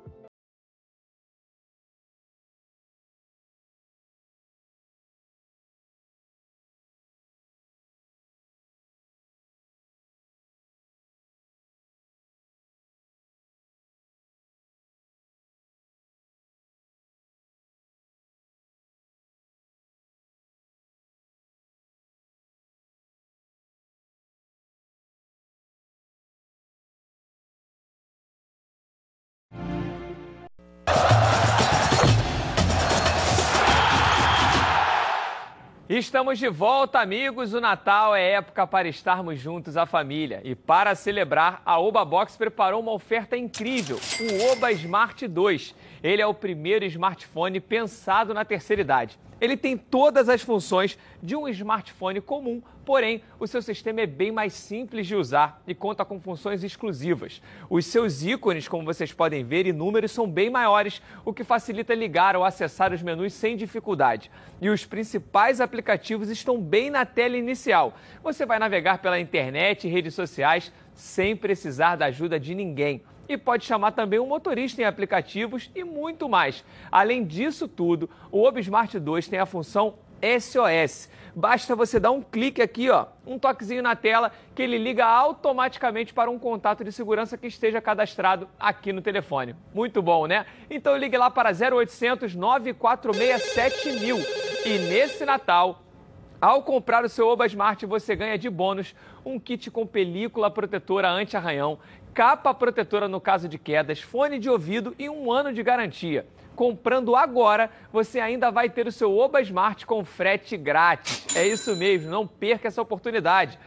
Estamos de volta, amigos. O Natal é época para estarmos juntos, a família. E para celebrar, a Oba Box preparou uma oferta incrível, o Oba Smart 2. Ele é o primeiro smartphone pensado na terceira idade. Ele tem todas as funções de um smartphone comum, porém, o seu sistema é bem mais simples de usar e conta com funções exclusivas. Os seus ícones, como vocês podem ver, e números são bem maiores, o que facilita ligar ou acessar os menus sem dificuldade. E os principais aplicativos estão bem na tela inicial. Você vai navegar pela internet e redes sociais sem precisar da ajuda de ninguém. E pode chamar também um motorista em aplicativos e muito mais. Além disso tudo, o Oba Smart 2 tem a função SOS. Basta você dar um clique aqui, ó, um toquezinho na tela, que ele liga automaticamente para um contato de segurança que esteja cadastrado aqui no telefone. Muito bom, né? Então ligue lá para 0800 946 7000. E nesse Natal, ao comprar o seu Oba Smart, você ganha de bônus um kit com película protetora anti-arranhão, capa protetora no caso de quedas, fone de ouvido e 1 ano de garantia. Comprando agora, você ainda vai ter o seu Oba Smart com frete grátis. É isso mesmo, não perca essa oportunidade.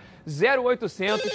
0800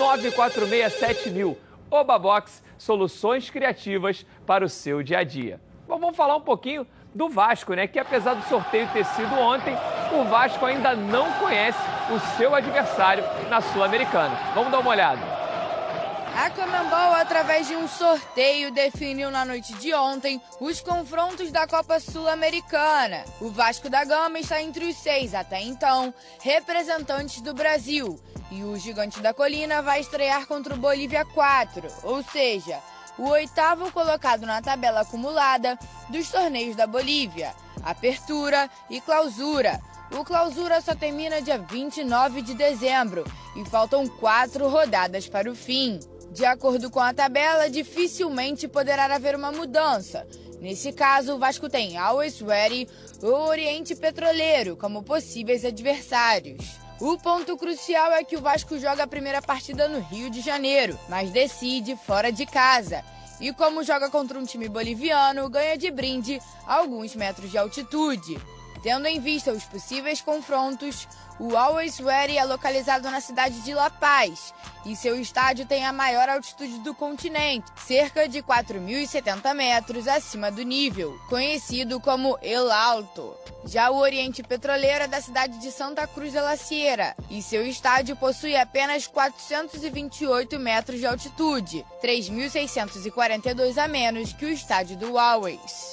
946 7000. Oba Box, soluções criativas para o seu dia a dia. Bom, vamos falar um pouquinho do Vasco, né? Que apesar do sorteio ter sido ontem, o Vasco ainda não conhece o seu adversário na Sul-Americana. Vamos dar uma olhada. A Conmebol, através de um sorteio, definiu na noite de ontem os confrontos da Copa Sul-Americana. O Vasco da Gama está entre os 6, até então, representantes do Brasil. E o Gigante da Colina vai estrear contra o Bolívia 4, ou seja, o 8º colocado na tabela acumulada dos torneios da Bolívia, Apertura e Clausura. O Clausura só termina dia 29 de dezembro e faltam 4 rodadas para o fim. De acordo com a tabela, dificilmente poderá haver uma mudança. Nesse caso, o Vasco tem Always Ready ou Oriente Petroleiro como possíveis adversários. O ponto crucial é que o Vasco joga a primeira partida no Rio de Janeiro, mas decide fora de casa. E como joga contra um time boliviano, ganha de brinde alguns metros de altitude. Tendo em vista os possíveis confrontos, o Always Ready é localizado na cidade de La Paz e seu estádio tem a maior altitude do continente, cerca de 4.070 metros acima do nível, conhecido como El Alto. Já o Oriente Petroleiro é da cidade de Santa Cruz de la Sierra e seu estádio possui apenas 428 metros de altitude, 3.642 a menos que o estádio do Always.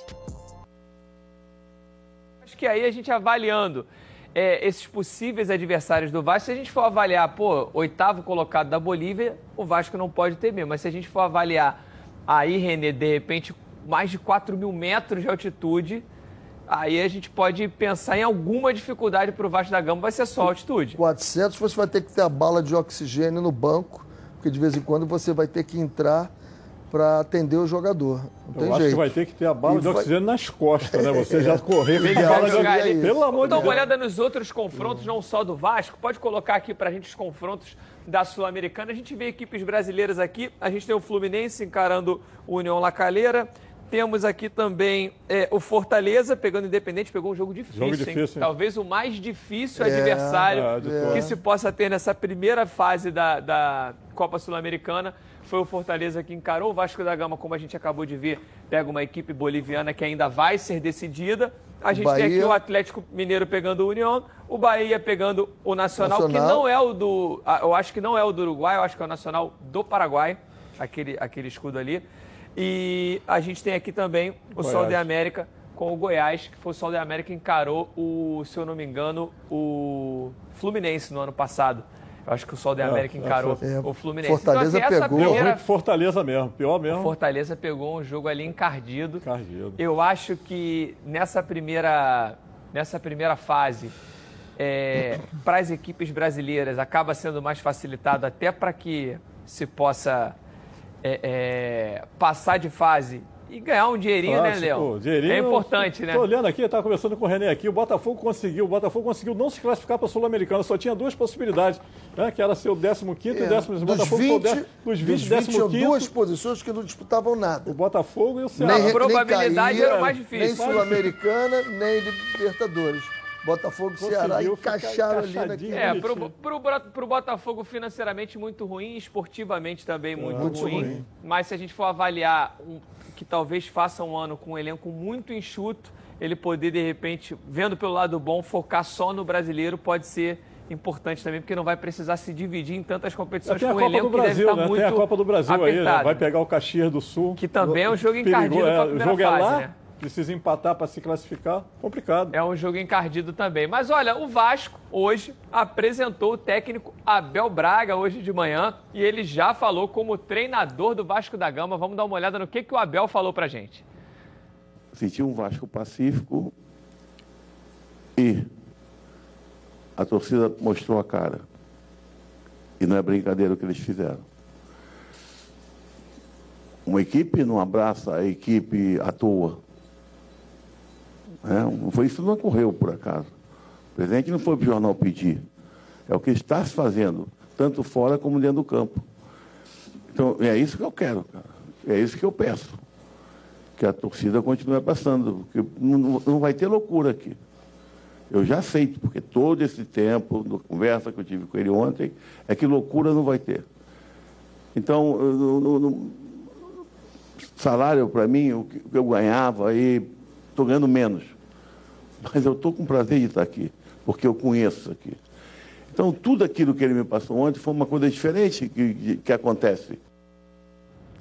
Acho que aí a gente avaliando esses possíveis adversários do Vasco, se a gente for avaliar, 8º colocado da Bolívia, o Vasco não pode ter mesmo. Mas se a gente for avaliar aí, Renê, de repente, mais de 4.000 metros de altitude, aí a gente pode pensar em alguma dificuldade para o Vasco da Gama, vai ser só altitude. 400 você vai ter que ter a bala de oxigênio no banco, porque de vez em quando você vai ter que entrar para atender o jogador. Não tem acho jeito. que vai ter que ter a bala de oxigênio nas costas, né? Você já correr com a bala de oxigênio. Pelo amor de Deus. Dá uma olhada nos outros confrontos, não só do Vasco. Pode colocar aqui para a gente os confrontos da Sul-Americana. A gente vê equipes brasileiras aqui. A gente tem o Fluminense encarando o União La Calera. Temos aqui também o Fortaleza pegando o Independente. Pegou um jogo difícil, hein? Talvez o mais difícil adversário que se possa ter nessa primeira fase da Copa Sul-Americana. Foi o Fortaleza que encarou. O Vasco da Gama, como a gente acabou de ver, pega uma equipe boliviana que ainda vai ser decidida. A gente tem aqui o Atlético Mineiro pegando o União, o Bahia pegando o Nacional, que não é o do... Eu acho que não é o do Uruguai, eu acho que é o Nacional do Paraguai, aquele escudo ali. E a gente tem aqui também o Sol de América com o Goiás, que foi o Sol de América que encarou, se eu não me engano, o Fluminense no ano passado. Eu acho que o Sol de América encarou o Fluminense. Fortaleza então, assim, pegou. Deu Fortaleza mesmo, pior mesmo. O Fortaleza pegou um jogo ali encardido. Eu acho que nessa primeira fase, para as equipes brasileiras, acaba sendo mais facilitado até para que se possa passar de fase e ganhar um dinheirinho, né, Léo? É importante, né? Estou olhando aqui, eu estava conversando com o René aqui, o Botafogo conseguiu não se classificar para a Sul-Americana, só tinha 2 possibilidades, né, que era ser o 15º e o 10º. O Botafogo dos 20 tinham 2 posições que não disputavam nada. O Botafogo e o Ceará. A probabilidade era o mais difícil. Nem Sul-Americana, nem Libertadores. Botafogo e Ceará encaixaram ali naquele. Para o Botafogo financeiramente muito ruim, esportivamente também muito ruim. Mas se a gente for avaliar que talvez faça um ano com um elenco muito enxuto, ele poder, de repente, vendo pelo lado bom, focar só no brasileiro pode ser importante também, porque não vai precisar se dividir em tantas competições com o elenco que deve estar muito apertado. Tem a Copa do Brasil apertado. Aí, vai pegar o Caxias do Sul. Que também é um jogo encardido para a primeira fase, né? Precisa empatar para se classificar, complicado. É um jogo encardido também. Mas olha, o Vasco hoje apresentou o técnico Abel Braga hoje de manhã e ele já falou como treinador do Vasco da Gama. Vamos dar uma olhada no que o Abel falou pra gente. Senti um Vasco pacífico e a torcida mostrou a cara. E não é brincadeira o que eles fizeram. Uma equipe não abraça a equipe à toa. Isso não ocorreu por acaso. O presidente não foi para o jornal pedir. É o que está se fazendo, tanto fora como dentro do campo. Então, é isso que eu quero, cara. É isso que eu peço. Que a torcida continue abraçando, porque não vai ter loucura aqui. Eu já aceito, porque todo esse tempo, na conversa que eu tive com ele ontem, é que loucura não vai ter. Então, salário para mim, o que eu ganhava, aí estou ganhando menos. Mas eu estou com prazer de estar aqui, porque eu conheço aqui. Então, tudo aquilo que ele me passou ontem foi uma coisa diferente que acontece.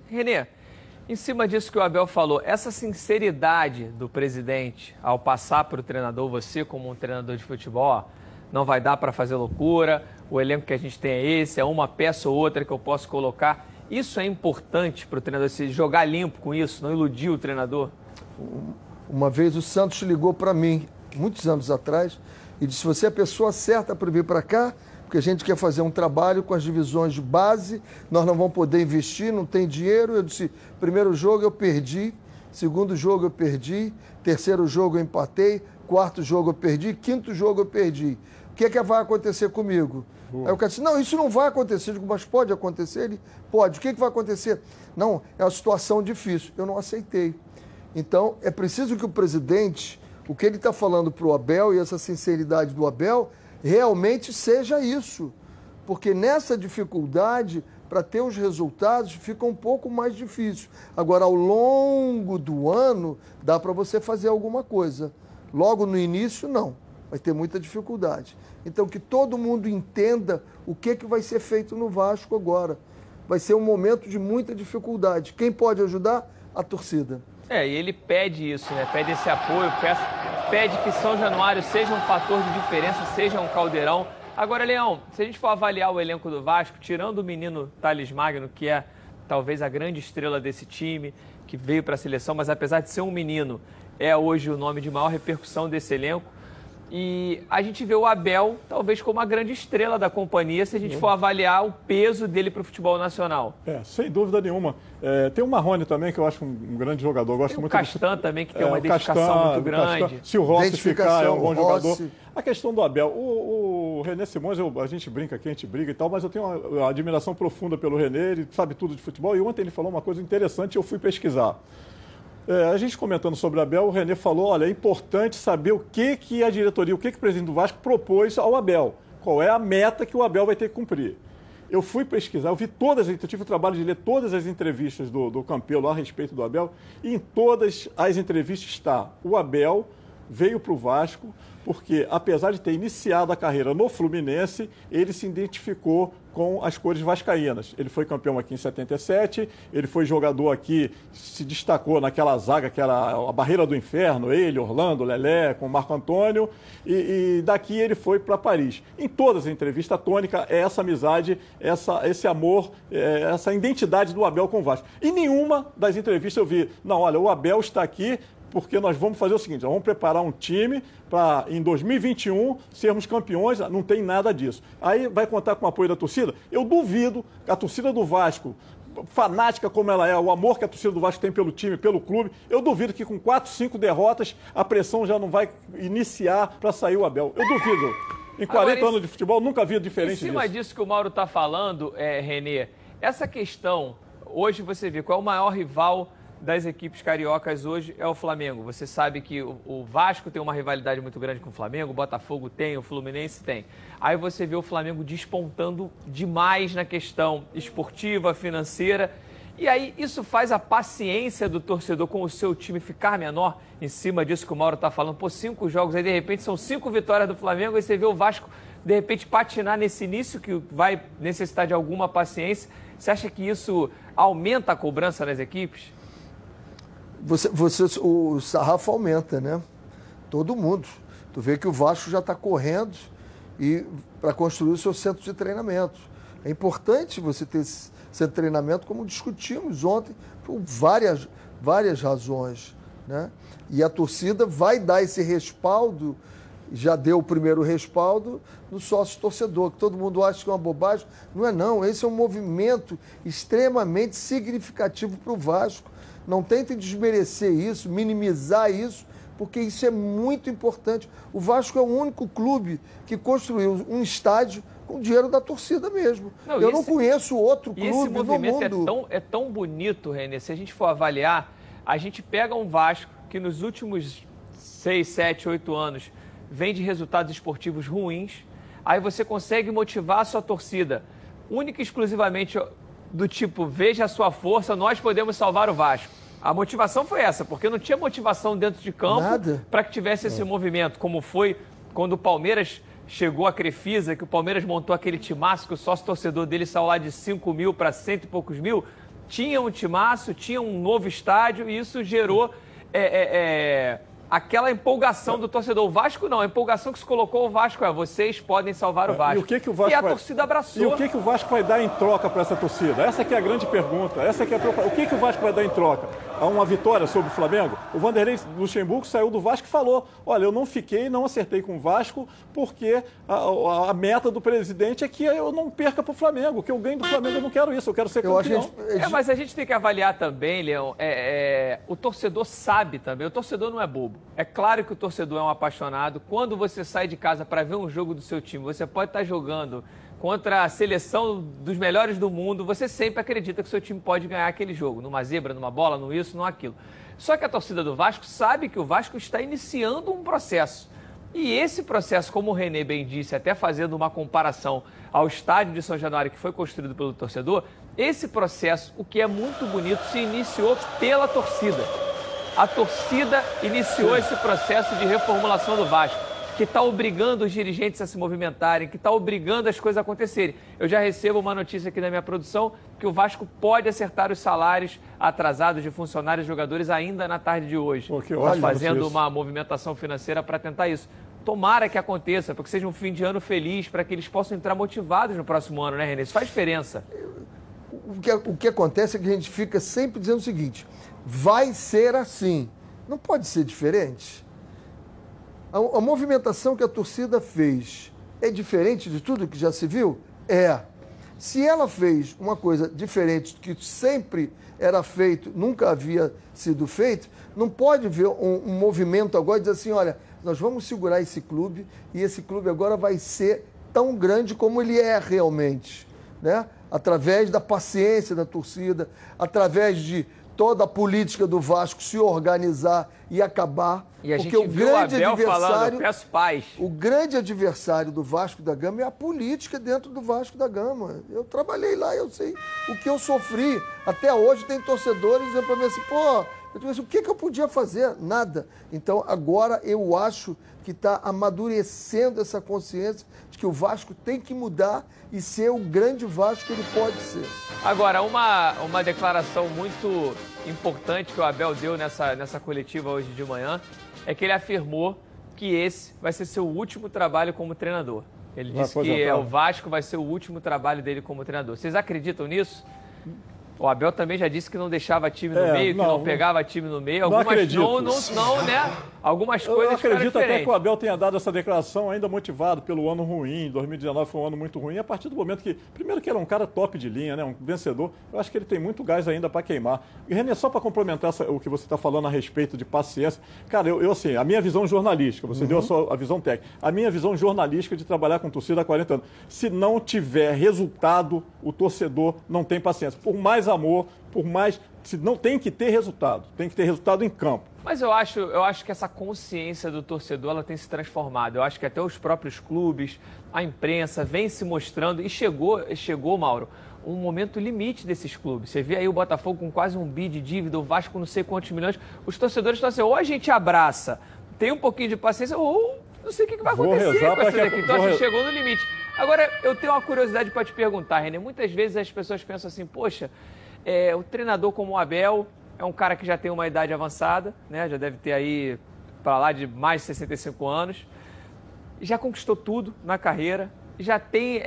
Renê, em cima disso que o Abel falou, essa sinceridade do presidente ao passar para o treinador, você como um treinador de futebol, ó, não vai dar para fazer loucura, o elenco que a gente tem é esse, é uma peça ou outra que eu posso colocar. Isso é importante para o treinador, se jogar limpo com isso, não iludir o treinador? Uma vez o Santos ligou para mim, muitos anos atrás, e disse, você é a pessoa certa para vir para cá, porque a gente quer fazer um trabalho com as divisões de base, nós não vamos poder investir, não tem dinheiro. Eu disse, primeiro jogo eu perdi, segundo jogo eu perdi, terceiro jogo eu empatei, quarto jogo eu perdi, quinto jogo eu perdi. O que é que vai acontecer comigo? Aí o cara disse, não, isso não vai acontecer. Eu digo, mas pode acontecer? Ele, pode. O que vai acontecer? Não, é uma situação difícil. Eu não aceitei. Então, é preciso que o presidente, o que ele está falando para o Abel e essa sinceridade do Abel, realmente seja isso. Porque nessa dificuldade, para ter os resultados, fica um pouco mais difícil. Agora, ao longo do ano, dá para você fazer alguma coisa. Logo no início, não. Vai ter muita dificuldade. Então, que todo mundo entenda o que vai ser feito no Vasco agora. Vai ser um momento de muita dificuldade. Quem pode ajudar? A torcida. E ele pede isso, né? Pede esse apoio, pede que São Januário seja um fator de diferença, seja um caldeirão. Agora, Leão, se a gente for avaliar o elenco do Vasco, tirando o menino Thales Magno, que é talvez a grande estrela desse time, que veio para a seleção, mas apesar de ser um menino, é hoje o nome de maior repercussão desse elenco. E a gente vê o Abel talvez como a grande estrela da companhia, se a gente for avaliar o peso dele para o futebol nacional. Sem dúvida nenhuma. Tem o Marrone também, que eu acho um grande jogador. Eu gosto muito o Castan também, que tem uma identificação muito grande. Se o Rossi ficar, é um bom jogador. A questão do Abel, o René Simões, a gente brinca aqui, a gente briga e tal, mas eu tenho uma admiração profunda pelo René, ele sabe tudo de futebol. E ontem ele falou uma coisa interessante e eu fui pesquisar. A gente comentando sobre o Abel, o René falou, olha, é importante saber o que a diretoria, o que o presidente do Vasco propôs ao Abel. Qual é a meta que o Abel vai ter que cumprir. Eu fui pesquisar, eu tive o trabalho de ler todas as entrevistas do Campelo a respeito do Abel, e em todas as entrevistas está, o Abel veio para o Vasco porque, apesar de ter iniciado a carreira no Fluminense, ele se identificou com as cores vascaínas. Ele foi campeão aqui em 77, ele foi jogador aqui, se destacou naquela zaga que era a Barreira do Inferno, ele, Orlando, Lelé, com o Marco Antônio, e daqui ele foi para Paris. Em todas as entrevistas, a tônica é essa amizade, esse amor, essa identidade do Abel com o Vasco. E nenhuma das entrevistas eu vi, não, olha, o Abel está aqui porque nós vamos fazer o seguinte, nós vamos preparar um time para, em 2021, sermos campeões, não tem nada disso. Aí vai contar com o apoio da torcida? Eu duvido que a torcida do Vasco, fanática como ela é, o amor que a torcida do Vasco tem pelo time, pelo clube, eu duvido que com 4, 5 derrotas, a pressão já não vai iniciar para sair o Abel. Eu duvido. Em 40 anos de futebol, nunca vi diferente disso. Em cima disso que o Mauro está falando, Renê, essa questão, hoje você vê qual é o maior rival das equipes cariocas hoje é o Flamengo. Você sabe que o Vasco tem uma rivalidade muito grande com o Flamengo, o Botafogo tem, o Fluminense tem. Aí você vê o Flamengo despontando demais na questão esportiva, financeira. E aí isso faz a paciência do torcedor com o seu time ficar menor, em cima disso que o Mauro está falando. 5 jogos aí, de repente, são 5 vitórias do Flamengo, aí você vê o Vasco, de repente, patinar nesse início, que vai necessitar de alguma paciência. Você acha que isso aumenta a cobrança nas equipes? O sarrafo aumenta, né? Todo mundo. Tu vê que o Vasco já está correndo para construir o seu centro de treinamento. É importante você ter esse centro de treinamento, como discutimos ontem, por várias razões, né? E a torcida vai dar esse respaldo, já deu o primeiro respaldo no sócio-torcedor, que todo mundo acha que é uma bobagem. Não é não, esse é um movimento extremamente significativo para o Vasco. Não tentem desmerecer isso, minimizar isso, porque isso é muito importante. O Vasco é o único clube que construiu um estádio com dinheiro da torcida mesmo. Eu não conheço outro clube no mundo. Esse movimento é tão bonito, René. Se a gente for avaliar, a gente pega um Vasco que nos últimos 6, 7, 8 anos vem de resultados esportivos ruins, aí você consegue motivar a sua torcida única e exclusivamente do tipo, veja a sua força, nós podemos salvar o Vasco. A motivação foi essa, porque não tinha motivação dentro de campo para que tivesse esse movimento, como foi quando o Palmeiras chegou à Crefisa, que o Palmeiras montou aquele timaço, que o sócio-torcedor dele saiu lá de 5 mil para 100 e poucos mil. tinha um timaço, tinha um novo estádio e isso gerou aquela empolgação do torcedor. O Vasco não, a empolgação que se colocou o Vasco vocês podem salvar o Vasco. E a torcida abraçou. E o que o Vasco vai dar em troca para essa torcida? Essa que é a grande pergunta. O que o Vasco vai dar em troca? A uma vitória sobre o Flamengo? O Vanderlei Luxemburgo saiu do Vasco e falou, olha, eu não acertei com o Vasco porque a meta do presidente é que eu não perca para o Flamengo, que eu ganho do Flamengo, eu não quero isso, eu quero ser campeão. Mas a gente tem que avaliar também, Leão, o torcedor sabe também, o torcedor não é bobo. É claro que o torcedor é um apaixonado. Quando você sai de casa para ver um jogo do seu time, você pode estar jogando contra a seleção dos melhores do mundo, você sempre acredita que o seu time pode ganhar aquele jogo, numa zebra, numa bola, no isso, no aquilo. Só que a torcida do Vasco sabe que o Vasco está iniciando um processo. E esse processo, como o René bem disse, até fazendo uma comparação ao estádio de São Januário que foi construído pelo torcedor, esse processo, o que é muito bonito, se iniciou pela torcida. A torcida iniciou esse processo de reformulação do Vasco, que está obrigando os dirigentes a se movimentarem, que está obrigando as coisas a acontecerem. Eu já recebo uma notícia aqui da minha produção que o Vasco pode acertar os salários atrasados de funcionários e jogadores ainda na tarde de hoje. Está fazendo uma movimentação financeira para tentar isso. Tomara que aconteça, para que seja um fim de ano feliz, para que eles possam entrar motivados no próximo ano, né, René? Isso faz diferença. O que acontece é que a gente fica sempre dizendo o seguinte, vai ser assim, não pode ser diferente. A movimentação que a torcida fez é diferente de tudo que já se viu? É. Se ela fez uma coisa diferente que sempre era feito, nunca havia sido feito, não pode ver um movimento agora e dizer assim, olha, nós vamos segurar esse clube e esse clube agora vai ser tão grande como ele é realmente, né? Através da paciência da torcida, através de toda a política do Vasco se organizar e acabar. E a gente viu o Abel falando, peço paz. O grande adversário do Vasco da Gama é a política dentro do Vasco da Gama. Eu trabalhei lá, eu sei o que eu sofri. Até hoje tem torcedores dizendo para mim assim, o que eu podia fazer? Nada. Então, agora eu acho que está amadurecendo essa consciência de que o Vasco tem que mudar e ser o grande Vasco que ele pode ser. Agora, uma declaração muito importante que o Abel deu nessa coletiva hoje de manhã é que ele afirmou que esse vai ser seu último trabalho como treinador. Ele disse que o Vasco vai ser o último trabalho dele como treinador. Vocês acreditam nisso? O Abel também já disse que não deixava time no meio, que não pegava time no meio. Algumas né? Algumas coisas. Eu acredito até que o Abel tenha dado essa declaração ainda motivado pelo ano ruim. 2019 foi um ano muito ruim. A partir do momento que, primeiro que era um cara top de linha, né? Um vencedor, eu acho que ele tem muito gás ainda para queimar. E, René, só para complementar o que você está falando a respeito de paciência, cara, eu assim, a minha visão jornalística, você deu a visão técnica, a minha visão jornalística de trabalhar com torcida há 40 anos. Se não tiver resultado, o torcedor não tem paciência. Por mais amor, se não tem que ter resultado em campo. Mas eu acho que essa consciência do torcedor ela tem se transformado. Eu acho que até os próprios clubes, a imprensa vem se mostrando e chegou, Mauro, um momento limite desses clubes. Você vê aí o Botafogo com quase 1 bi de dívida, o Vasco com não sei quantos milhões. Os torcedores estão assim, ou a gente abraça, tem um pouquinho de paciência, ou não sei o que vai acontecer com essa daqui. Então acho que chegou no limite. Agora, eu tenho uma curiosidade para te perguntar, René. Muitas vezes as pessoas pensam assim, poxa, o treinador como o Abel é um cara que já tem uma idade avançada, né? Já deve ter aí para lá de mais de 65 anos, já conquistou tudo na carreira, já tem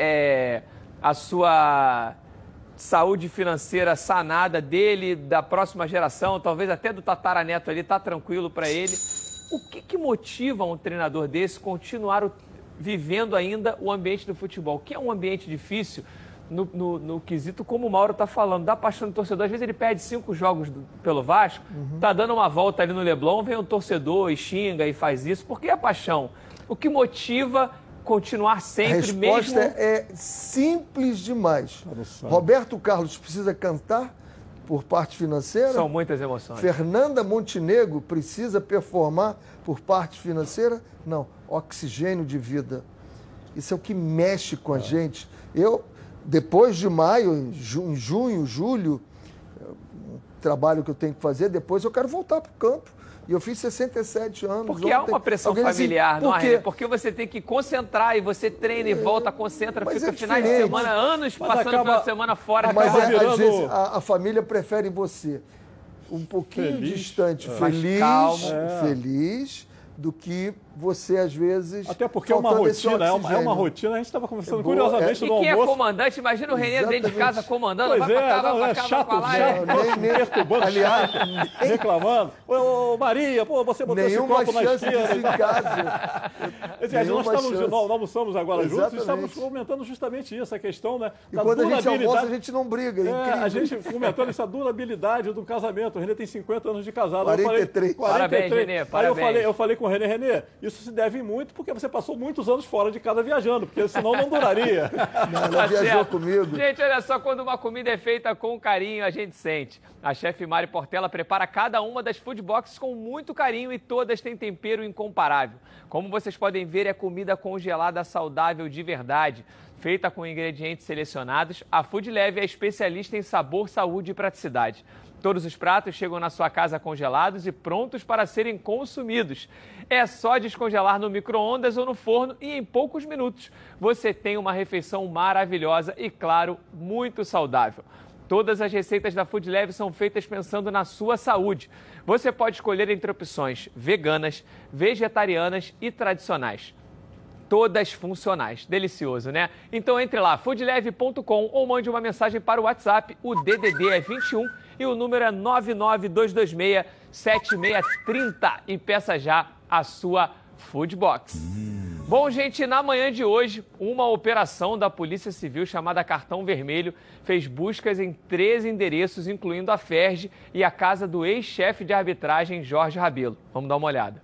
a sua saúde financeira sanada dele, da próxima geração, talvez até do tataraneto ali, tá tranquilo para ele. O que motiva um treinador desse continuar vivendo ainda o ambiente do futebol, que é um ambiente difícil no quesito, como o Mauro está falando, da paixão do torcedor. Às vezes ele perde 5 jogos pelo Vasco, tá dando uma volta ali no Leblon, vem um torcedor e xinga e faz isso. Por que a paixão? O que motiva continuar sempre mesmo? A resposta é simples demais. Roberto Carlos precisa cantar por parte financeira? São muitas emoções. Fernanda Montenegro precisa performar por parte financeira? Não. Oxigênio de vida. Isso é o que mexe com a gente. Depois de maio, em junho, julho, o trabalho que eu tenho que fazer, depois eu quero voltar para o campo. E eu fiz 67 anos. Porque há uma pressão familiar, não é? Porque você tem que concentrar e você treina e volta, concentra, fica finais de semana, anos passando o final de semana fora. Mas às vezes a família prefere você um pouquinho distante, feliz, do que você, às vezes... Até porque é uma rotina, a gente estava conversando curiosamente no almoço. E quem é comandante, imagina o Renê dentro de casa comandando, pois vai chato, perturbando, aliás, reclamando. Ô, Maria, pô, você botou esse copo na esquerda. Em casa. Nós almoçamos agora juntos e estamos comentando justamente isso, a questão, né? E quando a gente almoça, a gente não briga, a gente comentando essa durabilidade do casamento. O Renê tem 50 anos de casado. 43. Parabéns, Renê, parabéns. Eu falei com o Renê, isso se deve muito porque você passou muitos anos fora de casa viajando, porque senão não duraria. Ela viajou comigo. Gente, olha só, quando uma comida é feita com carinho, a gente sente. A chefe Mari Portela prepara cada uma das food boxes com muito carinho e todas têm tempero incomparável. Como vocês podem ver, é comida congelada saudável de verdade. Feita com ingredientes selecionados, a Food Leve é especialista em sabor, saúde e praticidade. Todos os pratos chegam na sua casa congelados e prontos para serem consumidos. É só descongelar no micro-ondas ou no forno e em poucos minutos você tem uma refeição maravilhosa e, claro, muito saudável. Todas as receitas da Food Leve são feitas pensando na sua saúde. Você pode escolher entre opções veganas, vegetarianas e tradicionais. Todas funcionais. Delicioso, né? Então entre lá, foodleve.com ou mande uma mensagem para o WhatsApp. O DDD é 21 e o número é 99226-7630 e peça já a sua Food Box. Bom, gente, na manhã de hoje, uma operação da Polícia Civil chamada Cartão Vermelho fez buscas em 13 endereços, incluindo a FERJ e a casa do ex-chefe de arbitragem Jorge Rabelo. Vamos dar uma olhada.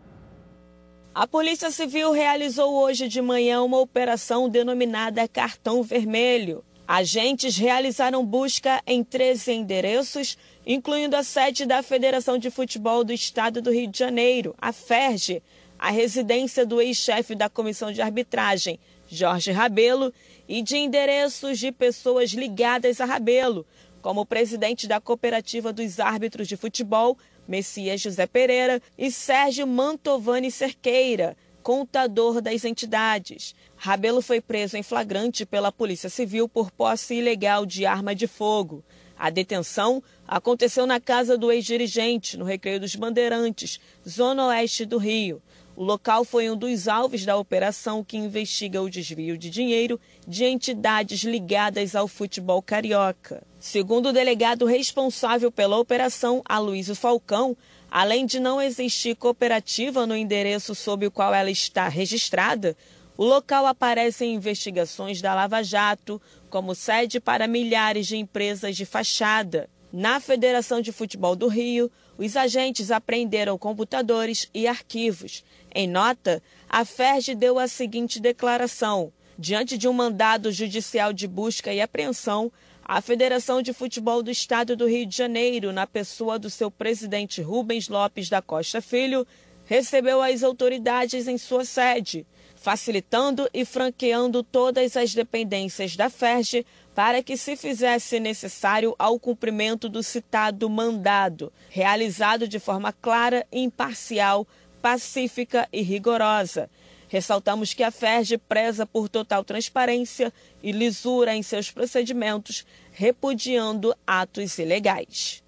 A Polícia Civil realizou hoje de manhã uma operação denominada Cartão Vermelho. Agentes realizaram busca em 13 endereços, incluindo a sede da Federação de Futebol do Estado do Rio de Janeiro, a FERJ, a residência do ex-chefe da Comissão de Arbitragem, Jorge Rabelo, e de endereços de pessoas ligadas a Rabelo, como o presidente da Cooperativa dos Árbitros de Futebol, Messias José Pereira, e Sérgio Mantovani Cerqueira, contador das entidades. Rabelo foi preso em flagrante pela Polícia Civil por posse ilegal de arma de fogo. A detenção aconteceu na casa do ex-dirigente, no Recreio dos Bandeirantes, zona oeste do Rio. O local foi um dos alvos da operação que investiga o desvio de dinheiro de entidades ligadas ao futebol carioca. Segundo o delegado responsável pela operação, Aloysio Falcão, além de não existir cooperativa no endereço sob o qual ela está registrada, o local aparece em investigações da Lava Jato como sede para milhares de empresas de fachada. Na Federação de Futebol do Rio, os agentes apreenderam computadores e arquivos. Em nota, a FERJ deu a seguinte declaração: diante de um mandado judicial de busca e apreensão, a Federação de Futebol do Estado do Rio de Janeiro, na pessoa do seu presidente Rubens Lopes da Costa Filho, recebeu as autoridades em sua sede, facilitando e franqueando todas as dependências da FERJ para que se fizesse necessário ao cumprimento do citado mandado, realizado de forma clara, imparcial, pacífica e rigorosa. Ressaltamos que a FERJ preza por total transparência e lisura em seus procedimentos, repudiando atos ilegais.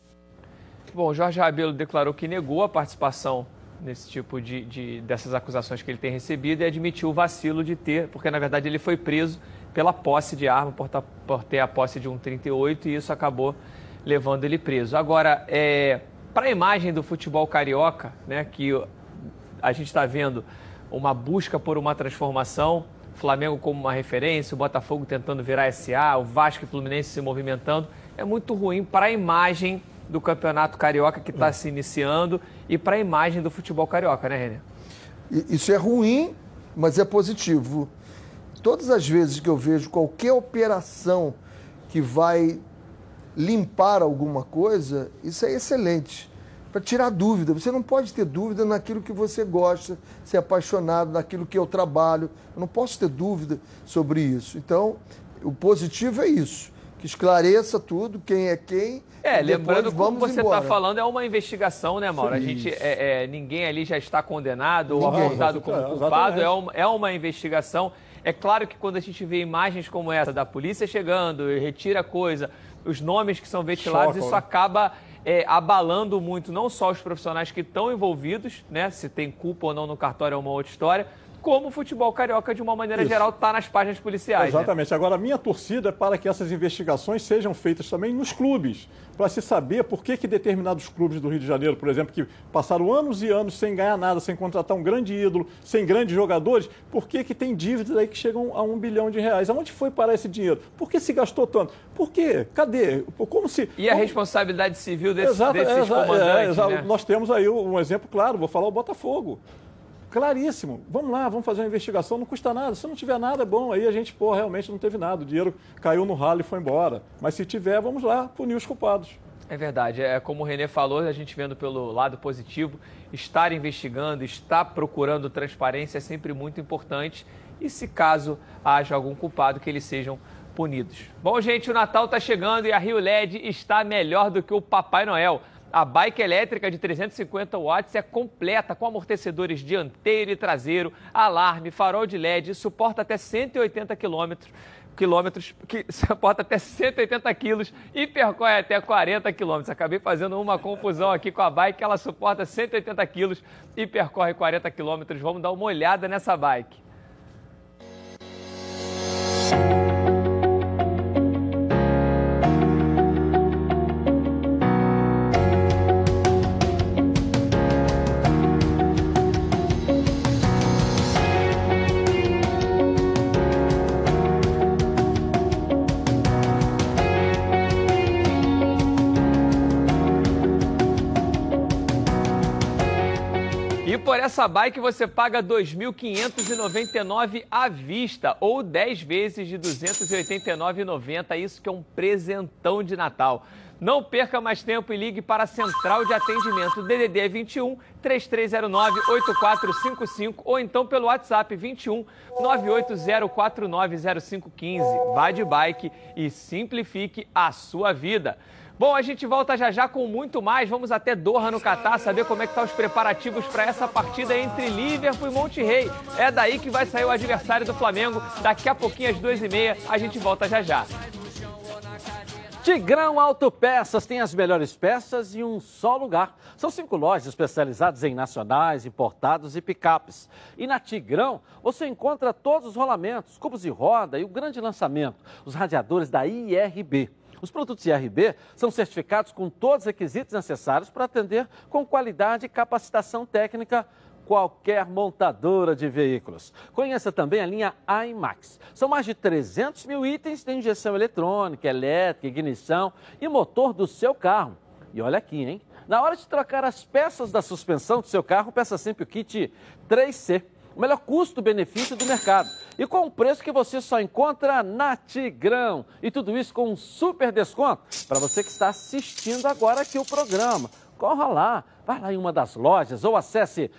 Bom, Jorge Rabelo declarou que negou a participação nesse tipo dessas acusações que ele tem recebido e admitiu o vacilo de ter, porque na verdade ele foi preso pela posse de arma, por ter a posse de um 38 e isso acabou levando ele preso. Agora, para a imagem do futebol carioca, né, que a gente está vendo uma busca por uma transformação, o Flamengo como uma referência, o Botafogo tentando virar SA, o Vasco e o Fluminense se movimentando, é muito ruim para a imagem do Campeonato Carioca que está se iniciando e para a imagem do futebol carioca, né, Renê? Isso é ruim, mas é positivo. Todas as vezes que eu vejo qualquer operação que vai limpar alguma coisa, isso é excelente. Para tirar dúvida. Você não pode ter dúvida naquilo que você gosta, ser apaixonado naquilo que eu trabalho. Eu não posso ter dúvida sobre isso. Então, o positivo é isso. que esclareça tudo, quem é quem. Lembrando, como você está falando, é uma investigação, né, Mauro? A gente, ninguém ali já está condenado ou apontado como culpado, é uma investigação. É claro que quando a gente vê imagens como essa da polícia chegando e retira coisa, os nomes que são ventilados, isso acaba abalando muito, não só os profissionais que estão envolvidos, né? Se tem culpa ou não no cartório é uma outra história, como o futebol carioca, de uma maneira geral, está nas páginas policiais. Exatamente. Né? Agora, a minha torcida é para que essas investigações sejam feitas também nos clubes, para se saber por que determinados clubes do Rio de Janeiro, por exemplo, que passaram anos e anos sem ganhar nada, sem contratar um grande ídolo, sem grandes jogadores, por que tem dívidas aí que chegam a R$1 bilhão? Aonde foi parar esse dinheiro? Por que se gastou tanto? Por quê? Cadê? Como se... E a responsabilidade civil desses comandantes, né? Nós temos aí um exemplo claro, vou falar o Botafogo. Claríssimo. Vamos lá, vamos fazer uma investigação, não custa nada. Se não tiver nada, é bom. Aí a gente, realmente não teve nada. O dinheiro caiu no ralo e foi embora. Mas se tiver, vamos lá, punir os culpados. É verdade. É como o Renê falou, a gente vendo pelo lado positivo, estar investigando, estar procurando transparência é sempre muito importante. E se caso haja algum culpado, que eles sejam punidos. Bom, gente, o Natal está chegando e a Rio LED está melhor do que o Papai Noel. A bike elétrica de 350 watts é completa, com amortecedores dianteiro e traseiro, alarme, farol de LED, suporta até 180 quilômetros, que suporta até 180 quilos e percorre até 40 quilômetros. Acabei fazendo uma confusão aqui com a bike, ela suporta 180 quilos e percorre 40 quilômetros. Vamos dar uma olhada nessa bike. Por essa bike você paga R$ 2.599 à vista ou 10 vezes de R$ 289,90. Isso que é um presentão de Natal. Não perca mais tempo e ligue para a Central de Atendimento DDD 21 3309 8455 ou então pelo WhatsApp 21 980490515. Vá de bike e simplifique a sua vida. Bom, a gente volta já com muito mais. Vamos até Doha, no Catar, saber como é que estão os preparativos para essa partida entre Liverpool e Monterrey. É daí que vai sair o adversário do Flamengo. Daqui a pouquinho, às 2h30, a gente volta já. Tigrão Autopeças tem as melhores peças em um só lugar. São 5 lojas especializadas em nacionais, importados e picapes. E na Tigrão você encontra todos os rolamentos, cubos de roda e o grande lançamento, os radiadores da IRB. Os produtos IRB são certificados com todos os requisitos necessários para atender com qualidade e capacitação técnica qualquer montadora de veículos. Conheça também a linha IMAX. São mais de 300 mil itens de injeção eletrônica, elétrica, ignição e motor do seu carro. E olha aqui, hein? Na hora de trocar as peças da suspensão do seu carro, peça sempre o kit 3C. O melhor custo-benefício do mercado. E com um preço que você só encontra na Tigrão. E tudo isso com um super desconto para você que está assistindo agora aqui o programa. Corra lá, vai lá em uma das lojas ou acesse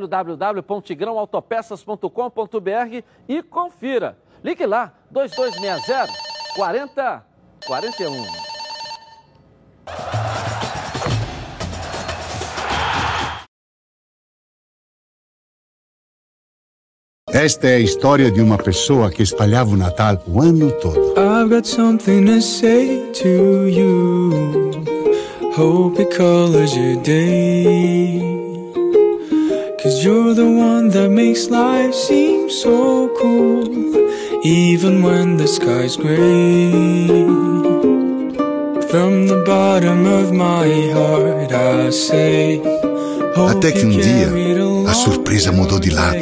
www.tigrãoautopeças.com.br e confira. Ligue lá, 2260 4041. Esta é a história de uma pessoa que espalhava o Natal o ano todo. I've got something to say to you. Hope it colors your day. 'Cause you're the one that makes life seem so cool. Even when the sky's gray. From the bottom of my heart I say. Até que um dia, a surpresa mudou de lado.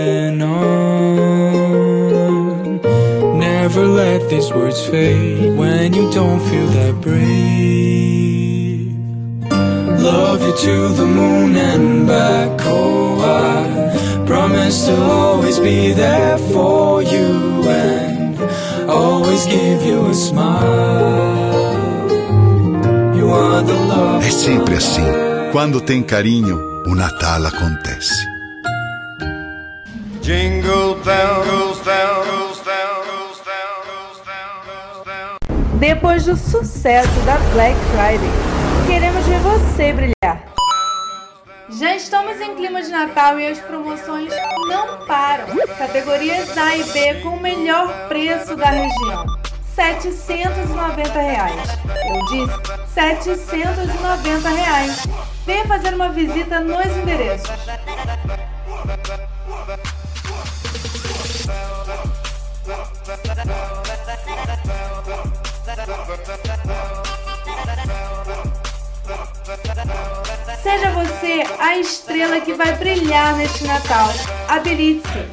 Never let these words fade when you don't feel that brave. Love you to the moon and back, oh I promise to always be there for you and always give you a smile. You are the love. É sempre assim. Quando tem carinho, o Natal acontece. Jingle bells, bells, bells, bells, bells, bells, bells. Depois do sucesso da Black Friday, queremos ver você brilhar. Já estamos em clima de Natal e as promoções não param. Categorias A e B com o melhor preço da região. R$ 790. Eu disse R$ 790. Venha fazer uma visita nos endereços. Seja você a estrela que vai brilhar neste Natal. Habilite-se!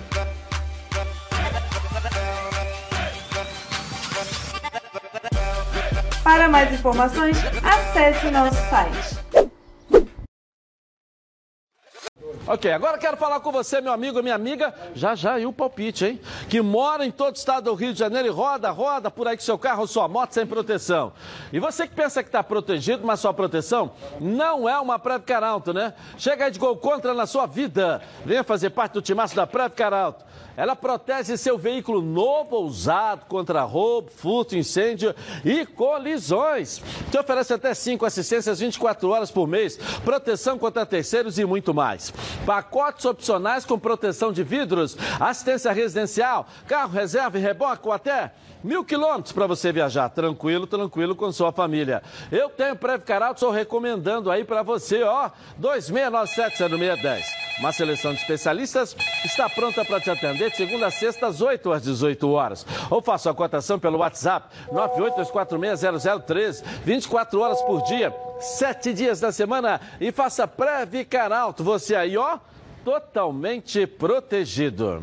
Para mais informações, acesse o nosso site. Ok, agora quero falar com você, meu amigo e minha amiga, já e o palpite, hein? Que mora em todo o estado do Rio de Janeiro e roda por aí com seu carro ou sua moto sem proteção. E você que pensa que está protegido, mas sua proteção não é uma Previcar Auto, né? Chega aí de Gol Contra na sua vida. Venha fazer parte do timaço da Previcar Auto. Ela protege seu veículo novo ou usado contra roubo, furto, incêndio e colisões. Te oferece até 5 assistências 24 horas por mês, proteção contra terceiros e muito mais. Pacotes opcionais com proteção de vidros, assistência residencial, carro reserva e reboque ou até 1.000 quilômetros para você viajar tranquilo com sua família. Eu tenho Previcar Auto, estou recomendando aí para você, ó, 2697-0610. Uma seleção de especialistas está pronta para te atender de segunda a sexta, às 8 às 18 horas. Ou faça a cotação pelo WhatsApp 982460013, 24 horas por dia, 7 dias da semana e faça Previcar Auto. Você aí, ó, totalmente protegido.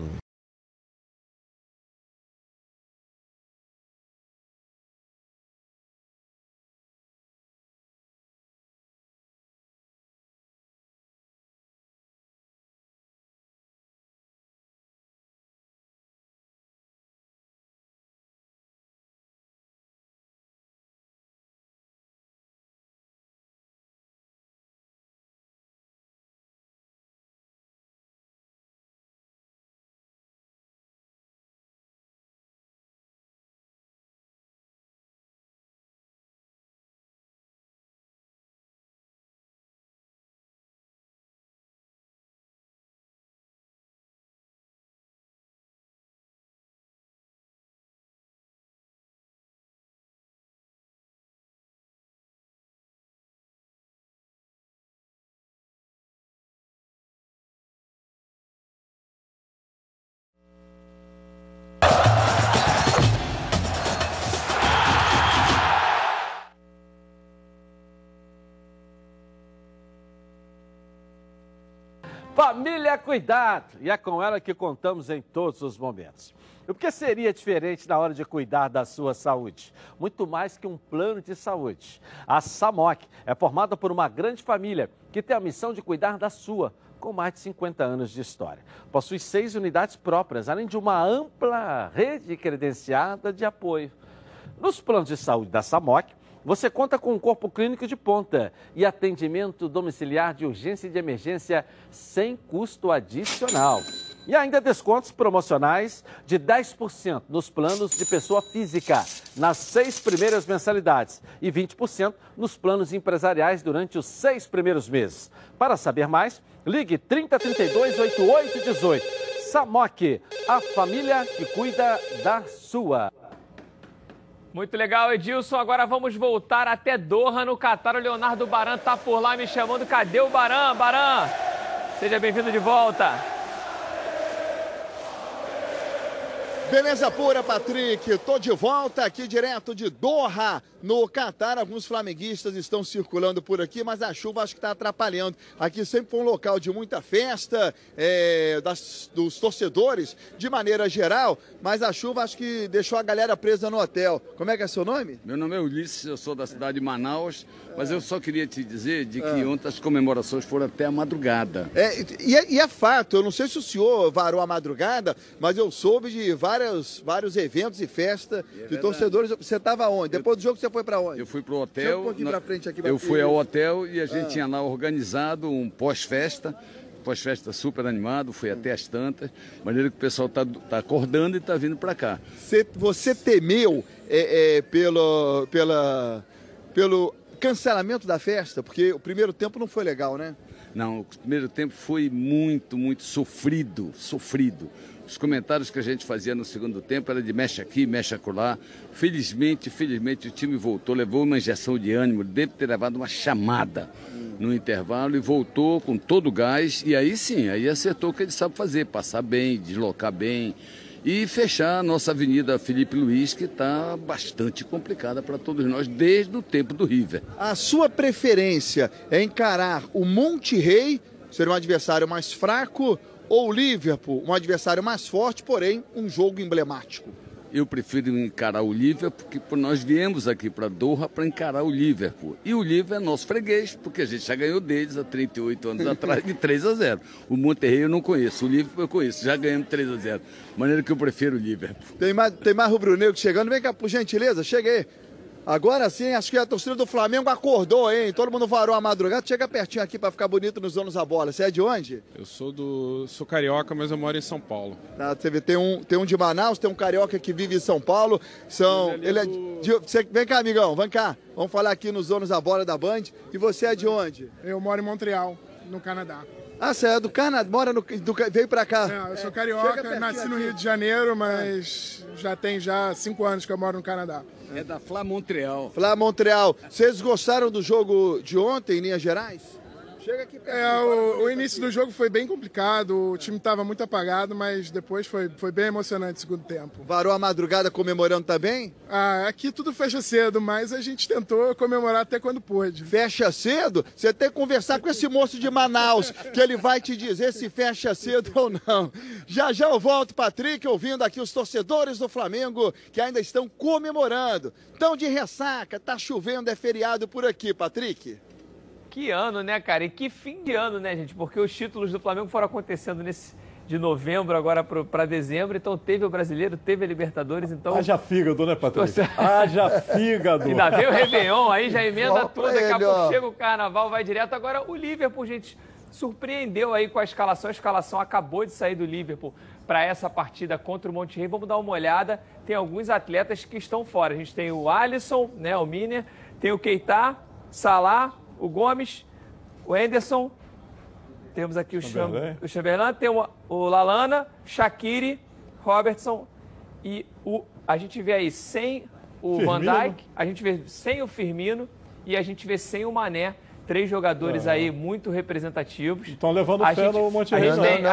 Família Cuidado, e é com ela que contamos em todos os momentos. O que seria diferente na hora de cuidar da sua saúde? Muito mais que um plano de saúde. A SAMOC é formada por uma grande família que tem a missão de cuidar da sua, com mais de 50 anos de história. Possui 6 unidades próprias, além de uma ampla rede credenciada de apoio. Nos planos de saúde da SAMOC, você conta com um corpo clínico de ponta e atendimento domiciliar de urgência e de emergência sem custo adicional. E ainda descontos promocionais de 10% nos planos de pessoa física nas 6 primeiras mensalidades e 20% nos planos empresariais durante os 6 primeiros meses. Para saber mais, ligue 3032-8818. SAMOC, a família que cuida da sua. Muito legal, Edilson. Agora vamos voltar até Doha, no Catar. O Leonardo Baran está por lá me chamando. Cadê o Baran? Baran, seja bem-vindo de volta. Beleza pura, Patrick. Tô de volta aqui direto de Doha, no Catar. Alguns flamenguistas estão circulando por aqui, mas a chuva acho que está atrapalhando. Aqui sempre foi um local de muita festa, dos torcedores, de maneira geral, mas a chuva acho que deixou a galera presa no hotel. Como é que é seu nome? Meu nome é Ulisses, eu sou da cidade de Manaus, mas eu só queria te dizer de que ontem as comemorações foram até a madrugada. E é fato, eu não sei se o senhor varou a madrugada, mas eu soube de vários eventos e festas de torcedores. Você estava onde? Depois do jogo você foi para onde? Eu fui para o hotel. Um pouquinho pra frente aqui, eu fui ao hotel e a gente tinha lá organizado um pós-festa pós-festa super animado, foi até as tantas, de maneira que o pessoal está acordando e está vindo para cá. Você temeu pelo cancelamento da festa? Porque o primeiro tempo não foi legal, né? Não, o primeiro tempo foi muito, muito sofrido. Os comentários que a gente fazia no segundo tempo era de mexe aqui, mexe acolá. Felizmente o time voltou, levou uma injeção de ânimo, deve ter levado uma chamada no intervalo e voltou com todo o gás. E aí sim, aí acertou o que ele sabe fazer, passar bem, deslocar bem e fechar a nossa Avenida Felipe Luiz, que está bastante complicada para todos nós desde o tempo do River. A sua preferência é encarar o Monterrey, ser um adversário mais fraco, ou o Liverpool, um adversário mais forte, porém um jogo emblemático? Eu prefiro encarar o Liverpool, porque nós viemos aqui para Doha para encarar o Liverpool. E o Liverpool é nosso freguês, porque a gente já ganhou deles há 38 anos atrás de 3-0. O Monterrey eu não conheço, o Liverpool eu conheço, já ganhamos 3-0. De maneira que eu prefiro o Liverpool. Tem mais rubro-negro chegando, vem cá, por gentileza, chega aí. Agora sim, acho que a torcida do Flamengo acordou, hein? Todo mundo varou a madrugada. Chega pertinho aqui para ficar bonito nos donos da bola. Você é de onde? Eu sou carioca, mas eu moro em São Paulo. Tá, você vê, tem um de Manaus, tem um carioca que vive em São Paulo. Vem cá, amigão, vem cá. Vamos falar aqui nos donos da bola da Band. E você é de onde? Eu moro em Montreal, no Canadá. Ah, você é do Canadá? Veio pra cá? Eu sou carioca, nasci no Rio de Janeiro, mas já tem 5 anos que eu moro no Canadá. É da Fla Montreal. Fla Montreal. Vocês gostaram do jogo de ontem, em linhas gerais? Chega aqui o início do jogo foi bem complicado, o time estava muito apagado, mas depois foi bem emocionante o segundo tempo. Varou a madrugada comemorando também? Aqui tudo fecha cedo, mas a gente tentou comemorar até quando pôde. Fecha cedo? Você tem que conversar com esse moço de Manaus, que ele vai te dizer se fecha cedo ou não. Já eu volto, Patrick, ouvindo aqui os torcedores do Flamengo que ainda estão comemorando. Estão de ressaca, tá chovendo, é feriado por aqui, Patrick. Que ano, né, cara? E que fim de ano, né, gente? Porque os títulos do Flamengo foram acontecendo de novembro agora para dezembro. Então teve o Brasileiro, teve a Libertadores. Então... Haja fígado, né, Patrícia? Haja fígado. Ainda veio o Réveillon, aí já emenda tudo. Daqui a pouco chega o Carnaval, vai direto. Agora o Liverpool, gente, surpreendeu aí com a escalação. A escalação acabou de sair do Liverpool para essa partida contra o Monterrey. Vamos dar uma olhada. Tem alguns atletas que estão fora. A gente tem o Alisson, né, o Miner. Tem o Keita, Salah, o Gomes, o Henderson, temos aqui o Chamberlain, tem o Lallana, Shaqiri, Robertson e a gente vê aí sem o Firmino. Van Dijk, a gente vê sem o Firmino e a gente vê sem o Mané. 3 jogadores aí muito representativos. Estão levando fé no Monterrey.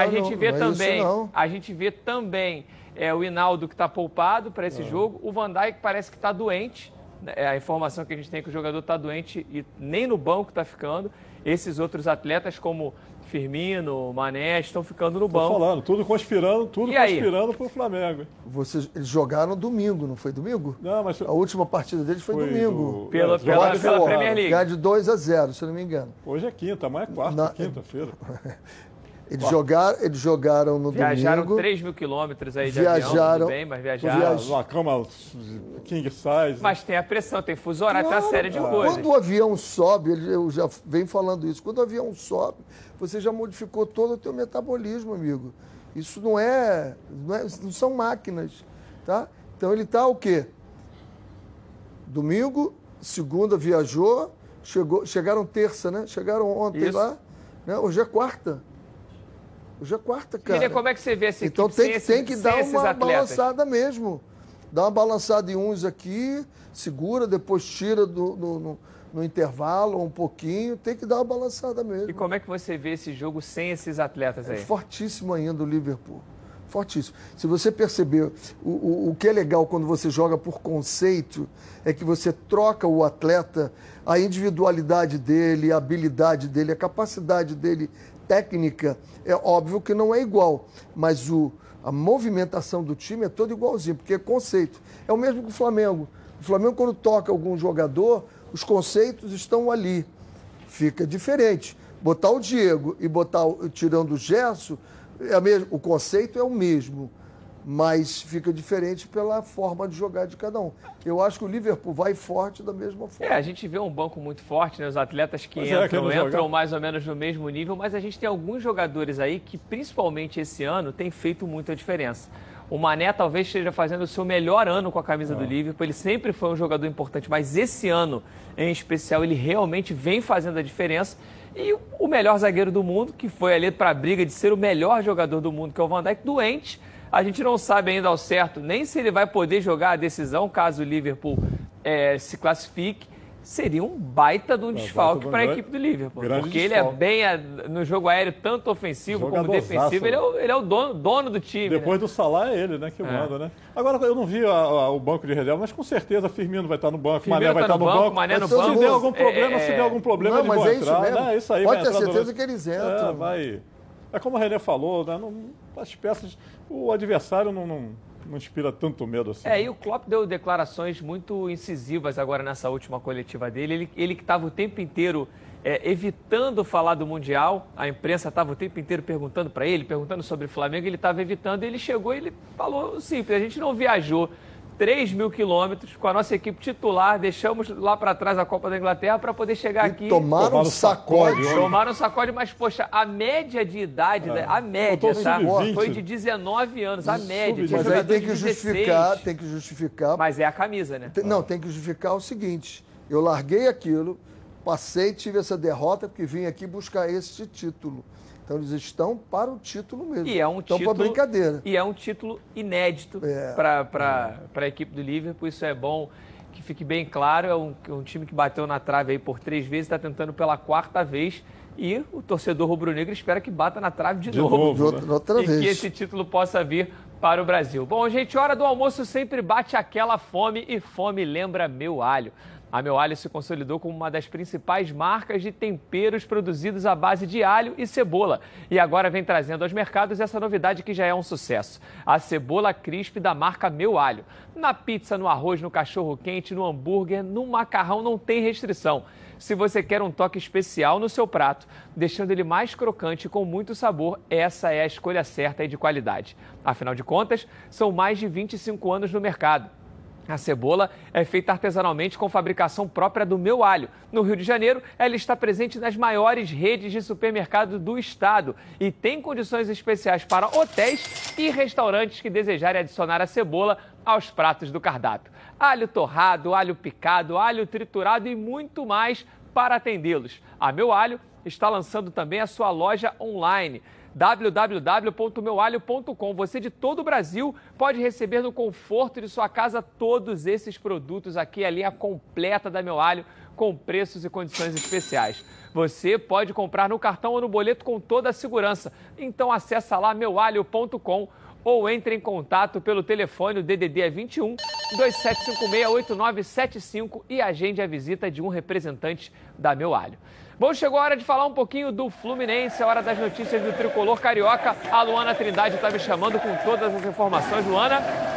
A gente vê também o Hinaldo que está poupado para esse jogo. O Van Dijk parece que está doente. A informação que a gente tem é que o jogador está doente e nem no banco está ficando. Esses outros atletas, como Firmino, Mané, estão ficando no banco. Estou falando, tudo conspirando para o Flamengo. Eles jogaram domingo, não foi domingo? Não, mas... A última partida deles foi domingo. Pela Premier League. Ganhar de 2-0, se eu não me engano. Hoje é quinta, amanhã é quarta, quinta-feira. Eles jogaram no viajaram domingo. 3 mil quilômetros aí de avião, tudo bem, mas viajaram. Uma cama king size. Mas tem a pressão, tem fuso horário, tem uma série de coisas. Quando o avião sobe, eu já venho falando isso, quando o avião sobe, você já modificou todo o teu metabolismo, amigo. Isso não são máquinas, tá? Então ele está o quê? Domingo, segunda viajou, chegaram terça, né? Chegaram ontem lá, né? Hoje é quarta. Hoje é quarta, cara. Miriam, como é que você vê essa equipe então tem que dar uma balançada mesmo. Dá uma balançada em uns aqui, segura, depois tira no intervalo um pouquinho. Tem que dar uma balançada mesmo. E como é que você vê esse jogo sem esses atletas aí? É fortíssimo ainda o Liverpool. Fortíssimo. Se você perceber, o que é legal quando você joga por conceito é que você troca o atleta, a individualidade dele, a habilidade dele, a capacidade dele técnica, é óbvio que não é igual, mas a movimentação do time é toda igualzinho, porque é conceito. É o mesmo que o Flamengo. O Flamengo, quando toca algum jogador, os conceitos estão ali. Fica diferente. Botar o Diego e tirando o Gerson, o conceito é o mesmo. mas fica diferente pela forma de jogar de cada um. Eu acho que o Liverpool vai forte da mesma forma. A gente vê um banco muito forte, né? Os atletas que entram mais ou menos no mesmo nível, mas a gente tem alguns jogadores aí que, principalmente esse ano, têm feito muita diferença. O Mané talvez esteja fazendo o seu melhor ano com a camisa do Liverpool. Ele sempre foi um jogador importante, mas esse ano, em especial, ele realmente vem fazendo a diferença. E o melhor zagueiro do mundo, que foi ali para a briga de ser o melhor jogador do mundo, que é o Van Dijk, doente. A gente não sabe ainda ao certo nem se ele vai poder jogar a decisão caso o Liverpool se classifique. Seria um baita de um desfalque para a equipe do Liverpool. Porque ele é bem no jogo aéreo, tanto ofensivo como defensivo. Ele é o dono do time. Depois do Salah é ele, né, que manda, né? Agora, eu não vi o banco de reserva, mas com certeza Firmino vai estar no banco, Mané vai estar no banco. Mané no banco. Se der algum problema, eles vão entrar. Isso aí, pode ter certeza que eles entram. É como o René falou, né? As peças, o adversário não inspira tanto medo assim. E o Klopp deu declarações muito incisivas agora nessa última coletiva dele. Ele que estava o tempo inteiro evitando falar do Mundial, a imprensa estava o tempo inteiro perguntando para ele, perguntando sobre o Flamengo, ele estava evitando, ele chegou e ele falou simples, a gente não viajou 3.000 quilômetros com a nossa equipe titular, deixamos lá para trás a Copa da Inglaterra para poder chegar aqui. Tomaram um sacode. Tomaram um sacode, mas, poxa, a média de idade, a média, tá? Foi de 19 anos, a média. Mas aí tem que justificar. Mas é a camisa, né? Não, tem que justificar o seguinte, eu larguei aquilo, passei, tive essa derrota, porque vim aqui buscar esse título. Então eles estão para o título mesmo. E é um título para brincadeira. E é um título inédito para a equipe do Liverpool. Isso é bom que fique bem claro. É um time que bateu na trave aí por 3 vezes, está tentando pela 4ª vez. E o torcedor rubro-negro espera que bata na trave de novo. Outra vez. Que esse título possa vir para o Brasil. Bom, gente, hora do almoço sempre bate aquela fome e fome lembra Meu Alho. A Meu Alho se consolidou como uma das principais marcas de temperos produzidos à base de alho e cebola. E agora vem trazendo aos mercados essa novidade que já é um sucesso. A cebola crisp da marca Meu Alho. Na pizza, no arroz, no cachorro-quente, no hambúrguer, no macarrão não tem restrição. Se você quer um toque especial no seu prato, deixando ele mais crocante e com muito sabor, essa é a escolha certa e de qualidade. Afinal de contas, são mais de 25 anos no mercado. A cebola é feita artesanalmente com fabricação própria do Meu Alho. No Rio de Janeiro, ela está presente nas maiores redes de supermercado do estado e tem condições especiais para hotéis e restaurantes que desejarem adicionar a cebola aos pratos do cardápio. Alho torrado, alho picado, alho triturado e muito mais para atendê-los. A Meu Alho está lançando também a sua loja online. www.meualho.com. Você de todo o Brasil pode receber no conforto de sua casa todos esses produtos. Aqui é a linha completa da Meu Alho, com preços e condições especiais. Você pode comprar no cartão ou no boleto com toda a segurança. Então acessa lá meualho.com ou entre em contato pelo telefone, o DDD é 21 2756-8975 e agende a visita de um representante da Meu Alho. Bom, chegou a hora de falar um pouquinho do Fluminense, a hora das notícias do tricolor carioca. A Luana Trindade está me chamando com todas as informações. Luana.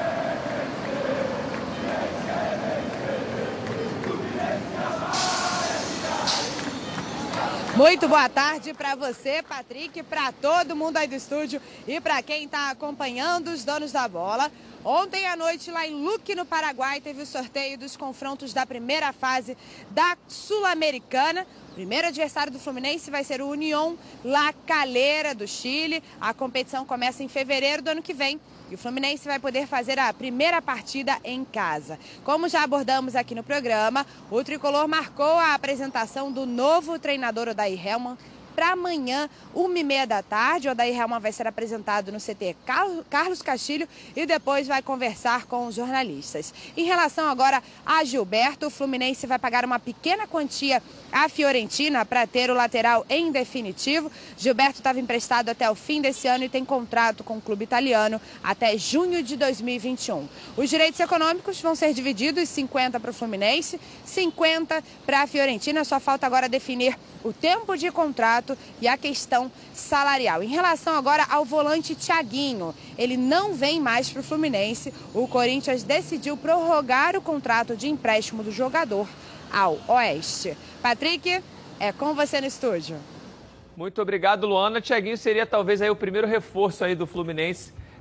Muito boa tarde para você, Patrick, para todo mundo aí do estúdio e para quem está acompanhando os donos da bola. Ontem à noite, lá em Luque, no Paraguai, teve o sorteio dos confrontos da primeira fase da Sul-Americana. O primeiro adversário do Fluminense vai ser o Unión La Calera, do Chile. A competição começa em fevereiro do ano que vem. E o Fluminense vai poder fazer a primeira partida em casa. Como já abordamos aqui no programa, o tricolor marcou a apresentação do novo treinador Odair Hellmann para amanhã, 1h30 da tarde. O Odair Hellmann vai ser apresentado no CT Carlos Castilho e depois vai conversar com os jornalistas. Em relação agora a Gilberto, o Fluminense vai pagar uma pequena quantia à Fiorentina para ter o lateral em definitivo. Gilberto estava emprestado até o fim desse ano e tem contrato com o clube italiano até junho de 2021. Os direitos econômicos vão ser divididos, 50 para o Fluminense, 50 para a Fiorentina. Só falta agora definir o tempo de contrato e a questão salarial. Em relação agora ao volante Thiaguinho, ele não vem mais para o Fluminense. O Corinthians decidiu prorrogar o contrato de empréstimo do jogador ao Oeste. Patrick, é com você no estúdio. Muito obrigado, Luana. Thiaguinho seria talvez aí o primeiro reforço aí do Fluminense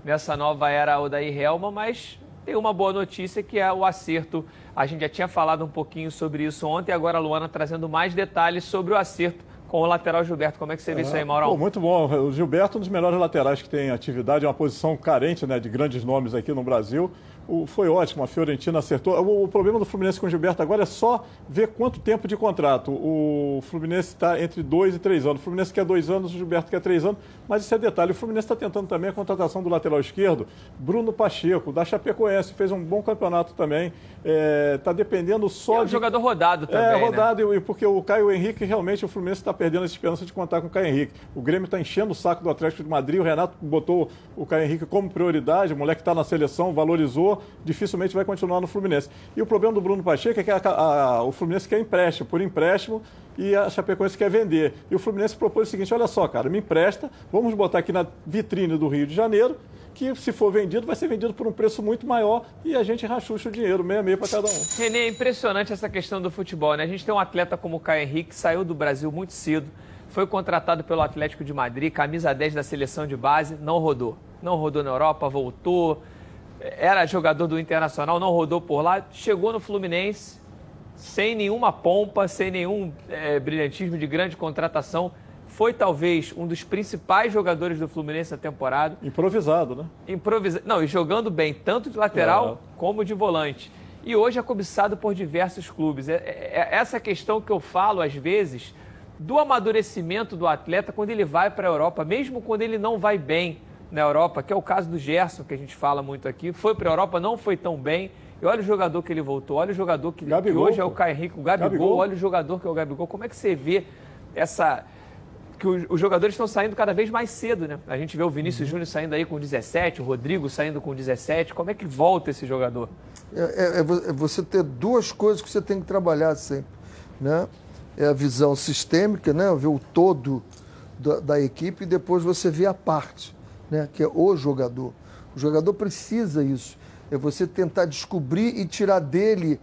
nessa nova era Odair Hellmann, mas tem uma boa notícia que é o acerto. A gente já tinha falado um pouquinho sobre isso ontem, agora a Luana trazendo mais detalhes sobre o acerto com o lateral Gilberto. Como é que você vê isso aí, Maurão? Muito bom. O Gilberto é um dos melhores laterais que tem atividade, é uma posição carente, né, de grandes nomes aqui no Brasil. Foi ótimo, a Fiorentina acertou. O problema do Fluminense com o Gilberto agora é só ver quanto tempo de contrato. O Fluminense está entre 2 e 3 anos. O Fluminense quer 2 anos, o Gilberto quer 3 anos. Mas isso é detalhe. O Fluminense está tentando também a contratação do lateral esquerdo, Bruno Pacheco, da Chapecoense. Fez um bom campeonato também. Está dependendo só de... um jogador rodado também, rodado, né? Porque o Caio Henrique, realmente, o Fluminense está perdendo a esperança de contar com o Caio Henrique. O Grêmio está enchendo o saco do Atlético de Madrid. O Renato botou o Caio Henrique como prioridade. O moleque está na seleção, valorizou. Dificilmente vai continuar no Fluminense. E o problema do Bruno Pacheco é que o Fluminense quer empréstimo, por empréstimo, e a Chapecoense quer vender. E o Fluminense propôs o seguinte: olha só, cara, me empresta, vamos botar aqui na vitrine do Rio de Janeiro, que se for vendido, vai ser vendido por um preço muito maior e a gente rachucha o dinheiro, 6,5 para cada um. Renê, é impressionante essa questão do futebol, né? A gente tem um atleta como o Caio Henrique, que saiu do Brasil muito cedo, foi contratado pelo Atlético de Madrid, camisa 10 da seleção de base, não rodou. Não rodou na Europa, voltou, era jogador do Internacional, não rodou por lá, chegou no Fluminense sem nenhuma pompa, sem nenhum brilhantismo de grande contratação. Foi talvez um dos principais jogadores do Fluminense na temporada. Improvisado, né? Não, e jogando bem, tanto de lateral como de volante. E hoje é cobiçado por diversos clubes. Essa questão que eu falo, às vezes, do amadurecimento do atleta quando ele vai para a Europa, mesmo quando ele não vai bem na Europa, que é o caso do Gerson, que a gente fala muito aqui. Foi para a Europa, não foi tão bem. E olha o jogador que ele voltou, olha o jogador que hoje é o Caio Henrique, o Gabigol, olha o jogador que é o Gabigol. Como é que você vê que os jogadores estão saindo cada vez mais cedo, né? A gente vê o Vinícius Júnior saindo aí com 17, o Rodrigo saindo com 17. Como é que volta esse jogador? Você ter duas coisas que você tem que trabalhar sempre, né? É a visão sistêmica, né? Ver o todo da equipe, e depois você vê a parte, né? Que é o jogador. O jogador precisa isso. É você tentar descobrir e tirar dele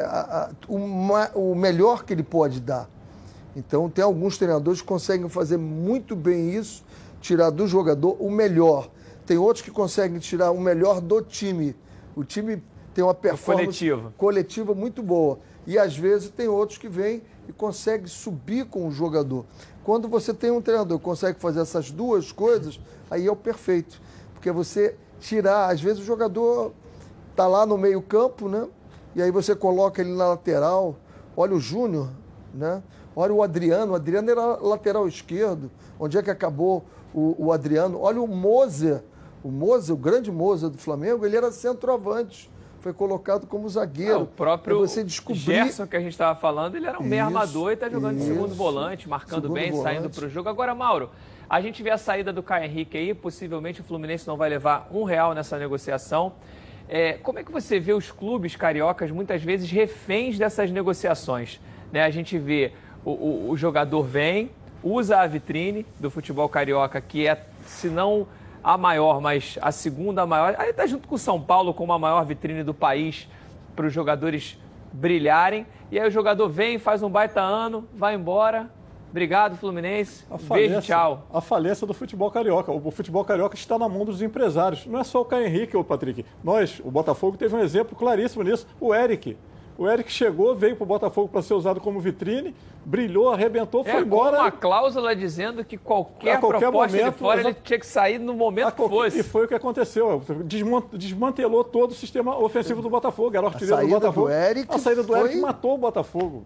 o melhor que ele pode dar. Então, tem alguns treinadores que conseguem fazer muito bem isso, tirar do jogador o melhor. Tem outros que conseguem tirar o melhor do time. O time tem uma performance coletiva muito boa. E, às vezes, tem outros que vêm e conseguem subir com o jogador. Quando você tem um treinador que consegue fazer essas duas coisas, aí é o perfeito. Porque você tirar, às vezes, o jogador está lá no meio campo, né? E aí você coloca ele na lateral. Olha o Júnior, né? Olha o Adriano era lateral esquerdo. Onde é que acabou o Adriano? Olha o Moser, o grande Moser do Flamengo, ele era centroavante. Foi colocado como zagueiro. O próprio você descobrir... Gerson, que a gente estava falando, ele era um meio armador e está jogando de segundo volante, marcando bem, saindo para o jogo. Agora, Mauro, a gente vê a saída do Caio Henrique aí, possivelmente o Fluminense não vai levar R$1 nessa negociação. Como é que você vê os clubes cariocas muitas vezes reféns dessas negociações? Né? A gente vê o jogador vem, usa a vitrine do futebol carioca, que é, se não a maior, mas a segunda maior. Aí está junto com o São Paulo como a maior vitrine do país para os jogadores brilharem. E aí o jogador vem, faz um baita ano, vai embora. Obrigado, Fluminense. Beijo, tchau. A falência do futebol carioca. O futebol carioca está na mão dos empresários. Não é só o Caio Henrique, Patrick. O Botafogo teve um exemplo claríssimo nisso. O Eric chegou, veio para o Botafogo para ser usado como vitrine, brilhou, arrebentou, foi embora. Com uma cláusula dizendo que qualquer proposta momento, de fora ele tinha que sair no momento que fosse. E foi o que aconteceu. Desmantelou todo o sistema ofensivo do Botafogo. Era o artilheiro do Botafogo. A saída do Eric matou o Botafogo.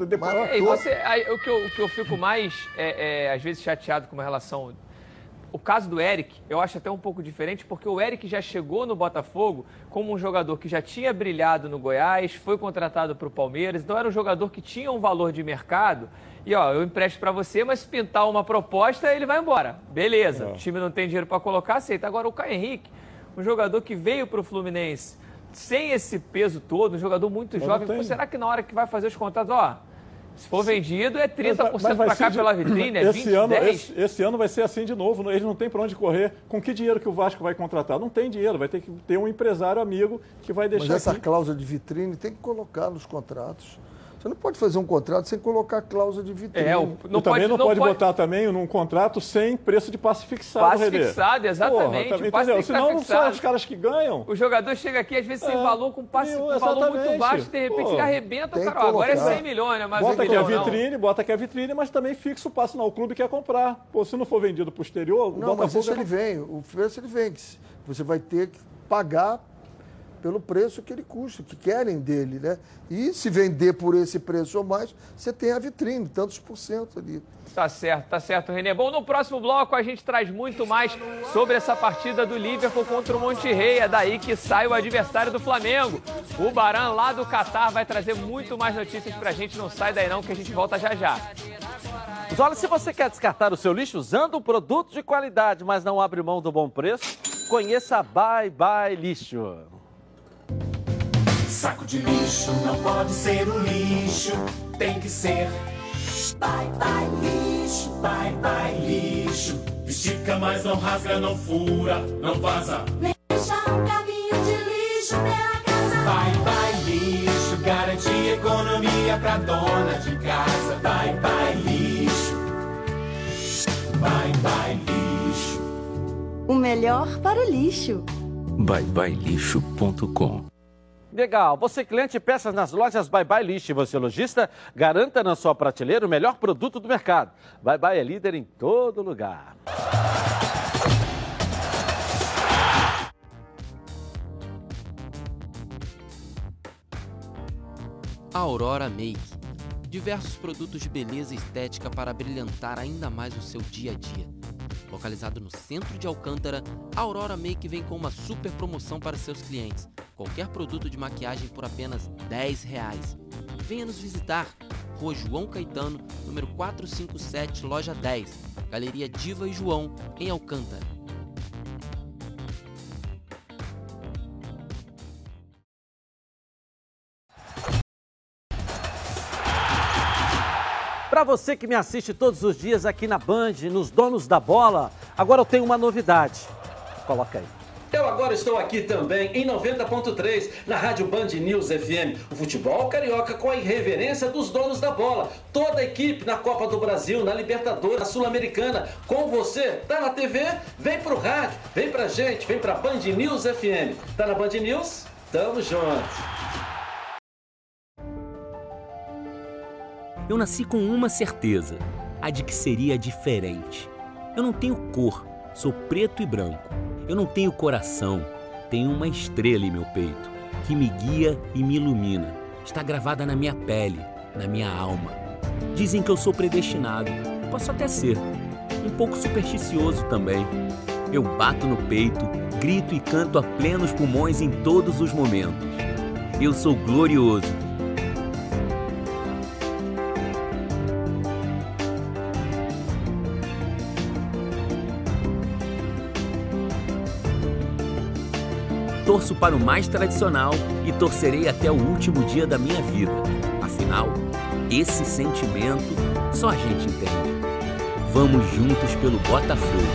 O que eu fico mais, às vezes, chateado com uma relação... O caso do Eric, eu acho até um pouco diferente, porque o Eric já chegou no Botafogo como um jogador que já tinha brilhado no Goiás, foi contratado para o Palmeiras, então era um jogador que tinha um valor de mercado. E, eu empresto para você, mas se pintar uma proposta, ele vai embora. Beleza, o time não tem dinheiro para colocar, aceita. Agora, o Caio Henrique, um jogador que veio para o Fluminense sem esse peso todo, um jogador muito jovem, será que na hora que vai fazer os contratos, se for vendido, é 30% para cá pela vitrine, é 20%, 10%. Esse ano vai ser assim de novo. Eles não têm para onde correr. Com que dinheiro que o Vasco vai contratar? Não tem dinheiro. Vai ter que ter um empresário amigo que vai deixar. Mas essa cláusula de vitrine tem que colocar nos contratos. Você não pode fazer um contrato sem colocar cláusula de vitrine. Não pode botar também num contrato sem preço de passe fixado, Passe fixado, exatamente. Porra, passe senão não são os caras que ganham. O jogador chega aqui, às vezes, sem valor, com passe com valor muito baixo, de repente ele arrebenta o cara. Agora é 100 milhões, né? Mas bota aqui a vitrine, mas também fixa o passe. Não, o clube quer comprar. Pô, se não for vendido pro exterior, não, mas isso ele vem. O preço ele vem. Você vai ter que pagar pelo preço que ele custa, que querem dele, né? E se vender por esse preço ou mais, você tem a vitrine, tantos por cento ali. Tá certo, Renê. Bom, no próximo bloco a gente traz muito mais sobre essa partida do Liverpool contra o Monterrey. É daí que sai o adversário do Flamengo. O Baran, lá do Catar, vai trazer muito mais notícias pra gente. Não sai daí não, que a gente volta já já. Olha, se você quer descartar o seu lixo usando um produto de qualidade, mas não abre mão do bom preço, conheça a Bye Bye Lixo. Saco de lixo não pode ser um lixo, tem que ser Bye Bye Lixo, Bye Bye Lixo. Estica, mas não rasga, não fura, não vaza. Deixa um caminho de lixo pela casa. Bye Bye Lixo, garante economia pra dona de casa. Bye Bye Lixo, Bye Bye Lixo. O melhor para o lixo. byebyelixo.com. Legal. Você, cliente, peças nas lojas Bye Bye Lixo. E você, lojista, garanta na sua prateleira o melhor produto do mercado. Bye Bye é líder em todo lugar. Aurora Make. Diversos produtos de beleza e estética para brilhantar ainda mais o seu dia a dia. Localizado no centro de Alcântara, a Aurora Make vem com uma super promoção para seus clientes. Qualquer produto de maquiagem por apenas R$10. Venha nos visitar. Rua João Caetano, número 457, loja 10. Galeria Diva e João, em Alcântara. Para você que me assiste todos os dias aqui na Band, nos Donos da Bola, agora eu tenho uma novidade. Coloca aí. Eu agora estou aqui também em 90.3, na Rádio Band News FM. O futebol carioca com a irreverência dos donos da bola. Toda a equipe na Copa do Brasil, na Libertadores, na Sul-Americana. Com você, tá na TV? Vem pro rádio, vem pra gente, vem pra Band News FM. Tá na Band News? Tamo junto. Eu nasci com uma certeza, a de que seria diferente. Eu não tenho cor, sou preto e branco. Eu não tenho coração, tenho uma estrela em meu peito, que me guia e me ilumina. Está gravada na minha pele, na minha alma. Dizem que eu sou predestinado, posso até ser. Um pouco supersticioso também. Eu bato no peito, grito e canto a plenos pulmões em todos os momentos. Eu sou glorioso. Torço para o mais tradicional e torcerei até o último dia da minha vida. Afinal, esse sentimento só a gente entende. Vamos juntos pelo Botafogo.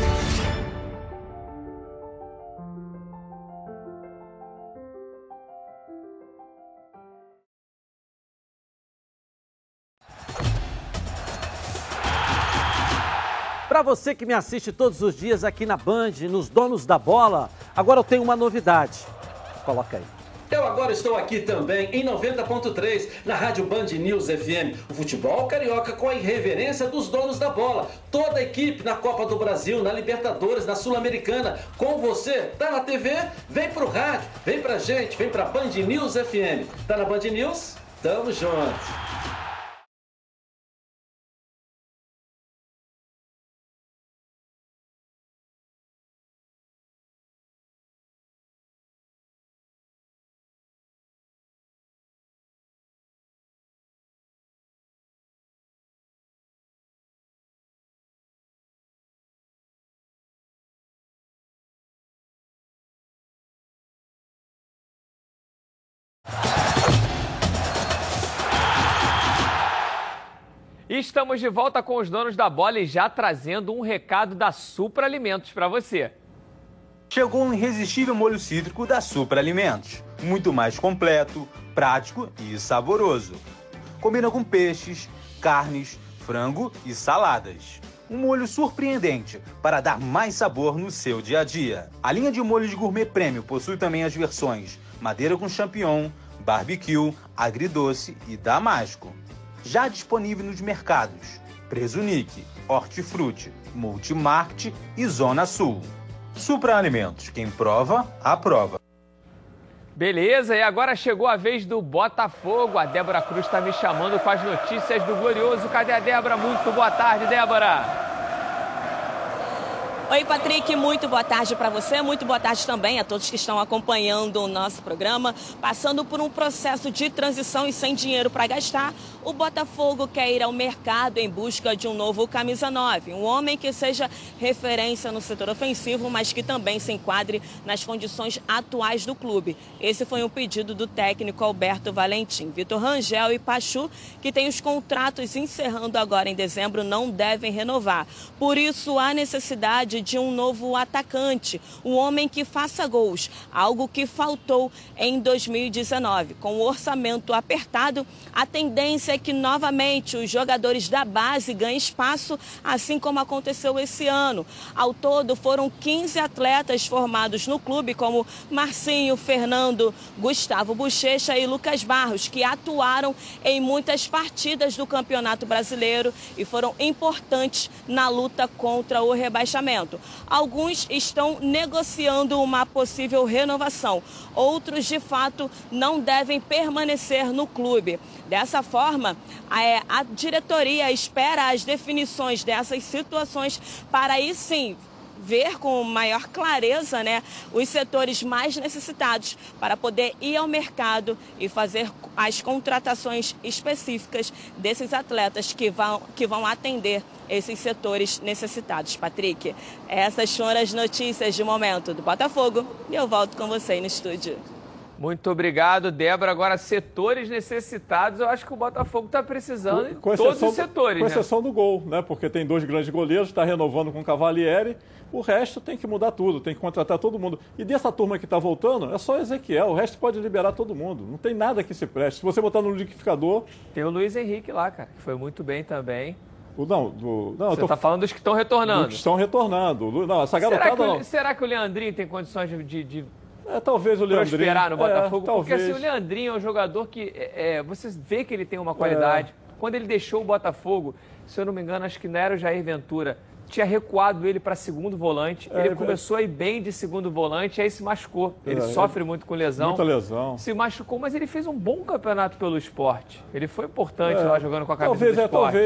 Para você que me assiste todos os dias aqui na Band, nos Donos da Bola, agora eu tenho uma novidade. Coloca aí. Eu agora estou aqui também em 90.3, na Rádio Band News FM. O futebol carioca com a irreverência dos donos da bola. Toda a equipe na Copa do Brasil, na Libertadores, na Sul-Americana. Com você, tá na TV? Vem pro rádio, vem pra gente, vem pra Band News FM. Tá na Band News? Tamo junto. Estamos de volta com os Donos da Bola e já trazendo um recado da Supra Alimentos para você. Chegou um irresistível molho cítrico da Supra Alimentos. Muito mais completo, prático e saboroso. Combina com peixes, carnes, frango e saladas. Um molho surpreendente para dar mais sabor no seu dia a dia. A linha de molhos gourmet premium possui também as versões madeira com champignon, barbecue, agridoce e damasco. Já disponível nos mercados Presunic, Hortifruti, Multimarket e Zona Sul. Supra Alimentos, quem prova, aprova. Beleza, e agora chegou a vez do Botafogo. A Débora Cruz está me chamando com as notícias do Glorioso. Cadê a Débora? Muito boa tarde, Débora. Oi, Patrick, muito boa tarde para você, muito boa tarde também a todos que estão acompanhando o nosso programa. Passando por um processo de transição e sem dinheiro para gastar, o Botafogo quer ir ao mercado em busca de um novo camisa 9, um homem que seja referência no setor ofensivo, mas que também se enquadre nas condições atuais do clube. Esse foi um pedido do técnico Alberto Valentim. Vitor Rangel e Pachu, que têm os contratos encerrando agora em dezembro, não devem renovar. Por isso, há necessidade de um novo atacante, um homem que faça gols, algo que faltou em 2019. Com o orçamento apertado, a tendência é que novamente os jogadores da base ganhem espaço, assim como aconteceu esse ano. Ao todo, foram 15 atletas formados no clube, como Marcinho, Fernando, Gustavo Bochecha e Lucas Barros, que atuaram em muitas partidas do Campeonato Brasileiro e foram importantes na luta contra o rebaixamento. Alguns estão negociando uma possível renovação, outros, de fato, não devem permanecer no clube. Dessa forma, a diretoria espera as definições dessas situações para aí sim ver com maior clareza, né, os setores mais necessitados para poder ir ao mercado e fazer as contratações específicas desses atletas que vão atender esses setores necessitados. Patrick, essas foram as notícias de momento do Botafogo e eu volto com você aí no estúdio. Muito obrigado, Débora. Agora, setores necessitados, eu acho que o Botafogo está precisando em todos os setores. Com exceção do gol, né? Porque tem 2 grandes goleiros, está renovando com o Cavalieri. O resto tem que mudar tudo, tem que contratar todo mundo. E dessa turma que está voltando, é só Ezequiel. O resto pode liberar todo mundo. Não tem nada que se preste. Se você botar no liquidificador... Tem o Luiz Henrique lá, cara, que foi muito bem também. Você está falando dos que estão retornando. Dos que estão retornando. Não, essa garotada será que o Leandrinho tem condições de talvez o Leandrinho prosperar no Botafogo? Talvez. Porque assim, o Leandrinho é um jogador que você vê que ele tem uma qualidade. Quando ele deixou o Botafogo, se eu não me engano, acho que não era o Jair Ventura, tinha recuado ele para segundo volante. Ele começou a ir bem de segundo volante, aí se machucou. Ele sofre muito com lesão. Muita lesão. Se machucou, mas ele fez um bom campeonato pelo Sport. Ele foi importante lá jogando com a camisa do Sport.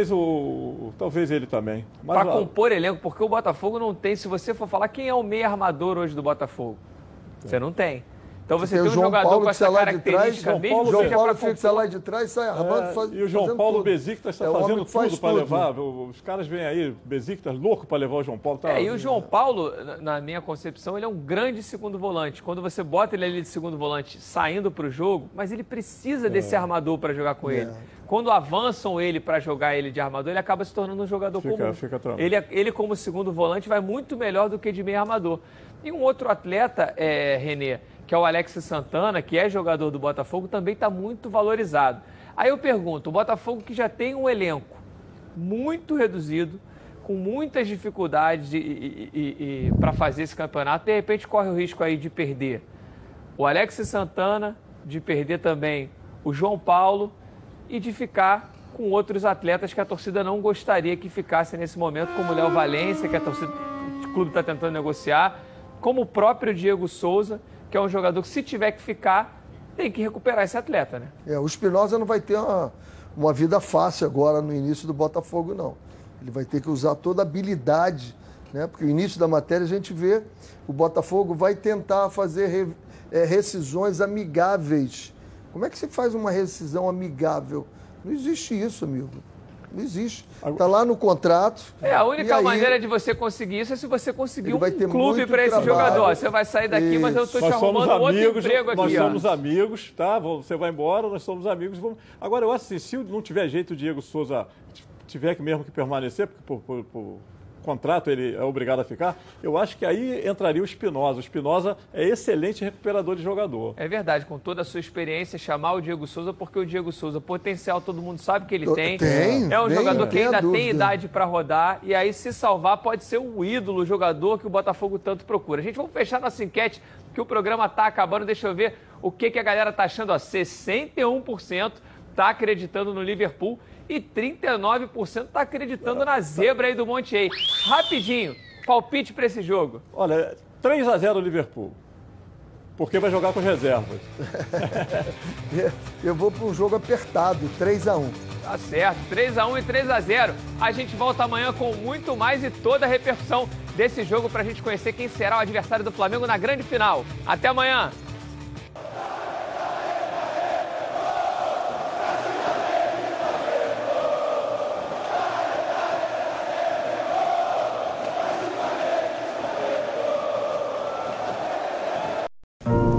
Talvez ele também. Para compor elenco, porque o Botafogo não tem, se você for falar quem é o meio armador hoje do Botafogo, você não tem. Então você tem um jogador Paulo com essa característica, mesmo que seja para fixa lá de trás, sai armando, e o João Paulo Besiktas está fazendo tudo para levar. Os caras vêm aí, Besiktas louco para levar o João Paulo. E o João Paulo, na minha concepção, ele é um grande segundo volante. Quando você bota ele ali de segundo volante saindo para o jogo, mas ele precisa desse armador para jogar com ele. Quando avançam ele para jogar ele de armador, ele acaba se tornando um jogador comum. Ele, como segundo volante, vai muito melhor do que de meio armador. E um outro atleta, Renê, que é o Alex Santana, que é jogador do Botafogo, também está muito valorizado. Aí eu pergunto, o Botafogo que já tem um elenco muito reduzido, com muitas dificuldades para fazer esse campeonato, de repente corre o risco aí de perder o Alex Santana, de perder também o João Paulo e de ficar com outros atletas que a torcida não gostaria que ficassem nesse momento, como o Léo Valência, que o clube está tentando negociar, como o próprio Diego Souza, que é um jogador que, se tiver que ficar, tem que recuperar esse atleta, né? O Espinosa não vai ter uma vida fácil agora no início do Botafogo, não. Ele vai ter que usar toda a habilidade, né? Porque no início da matéria a gente vê o Botafogo vai tentar fazer rescisões amigáveis. Como é que se faz uma rescisão amigável? Não existe isso, amigo. Não existe. Está lá no contrato. A única maneira de você conseguir isso é se você conseguir um clube para esse jogador. Você vai sair daqui, mas eu estou te arrumando outro emprego aqui. Nós somos amigos, tá? Você vai embora, nós somos amigos. Agora, eu acho assim, se não tiver jeito o Diego Souza tiver mesmo que permanecer, porque por contrato, ele é obrigado a ficar, eu acho que aí entraria o Espinosa. O Espinosa é excelente recuperador de jogador. É verdade, com toda a sua experiência, chamar o Diego Souza, porque o Diego Souza, potencial, todo mundo sabe que ele tem. É um jogador que ainda tem idade para rodar, e aí se salvar pode ser o ídolo, o jogador que o Botafogo tanto procura. Gente, vamos fechar nossa enquete, que o programa tá acabando. Deixa eu ver o que a galera tá achando. 61% tá acreditando no Liverpool e 39% tá acreditando na zebra aí do Montiel. Rapidinho, palpite para esse jogo. Olha, 3-0 Liverpool, porque vai jogar com as reservas. Eu vou para um jogo apertado, 3-1. Tá certo, 3-1 e 3-0. A gente volta amanhã com muito mais e toda a repercussão desse jogo para a gente conhecer quem será o adversário do Flamengo na grande final. Até amanhã!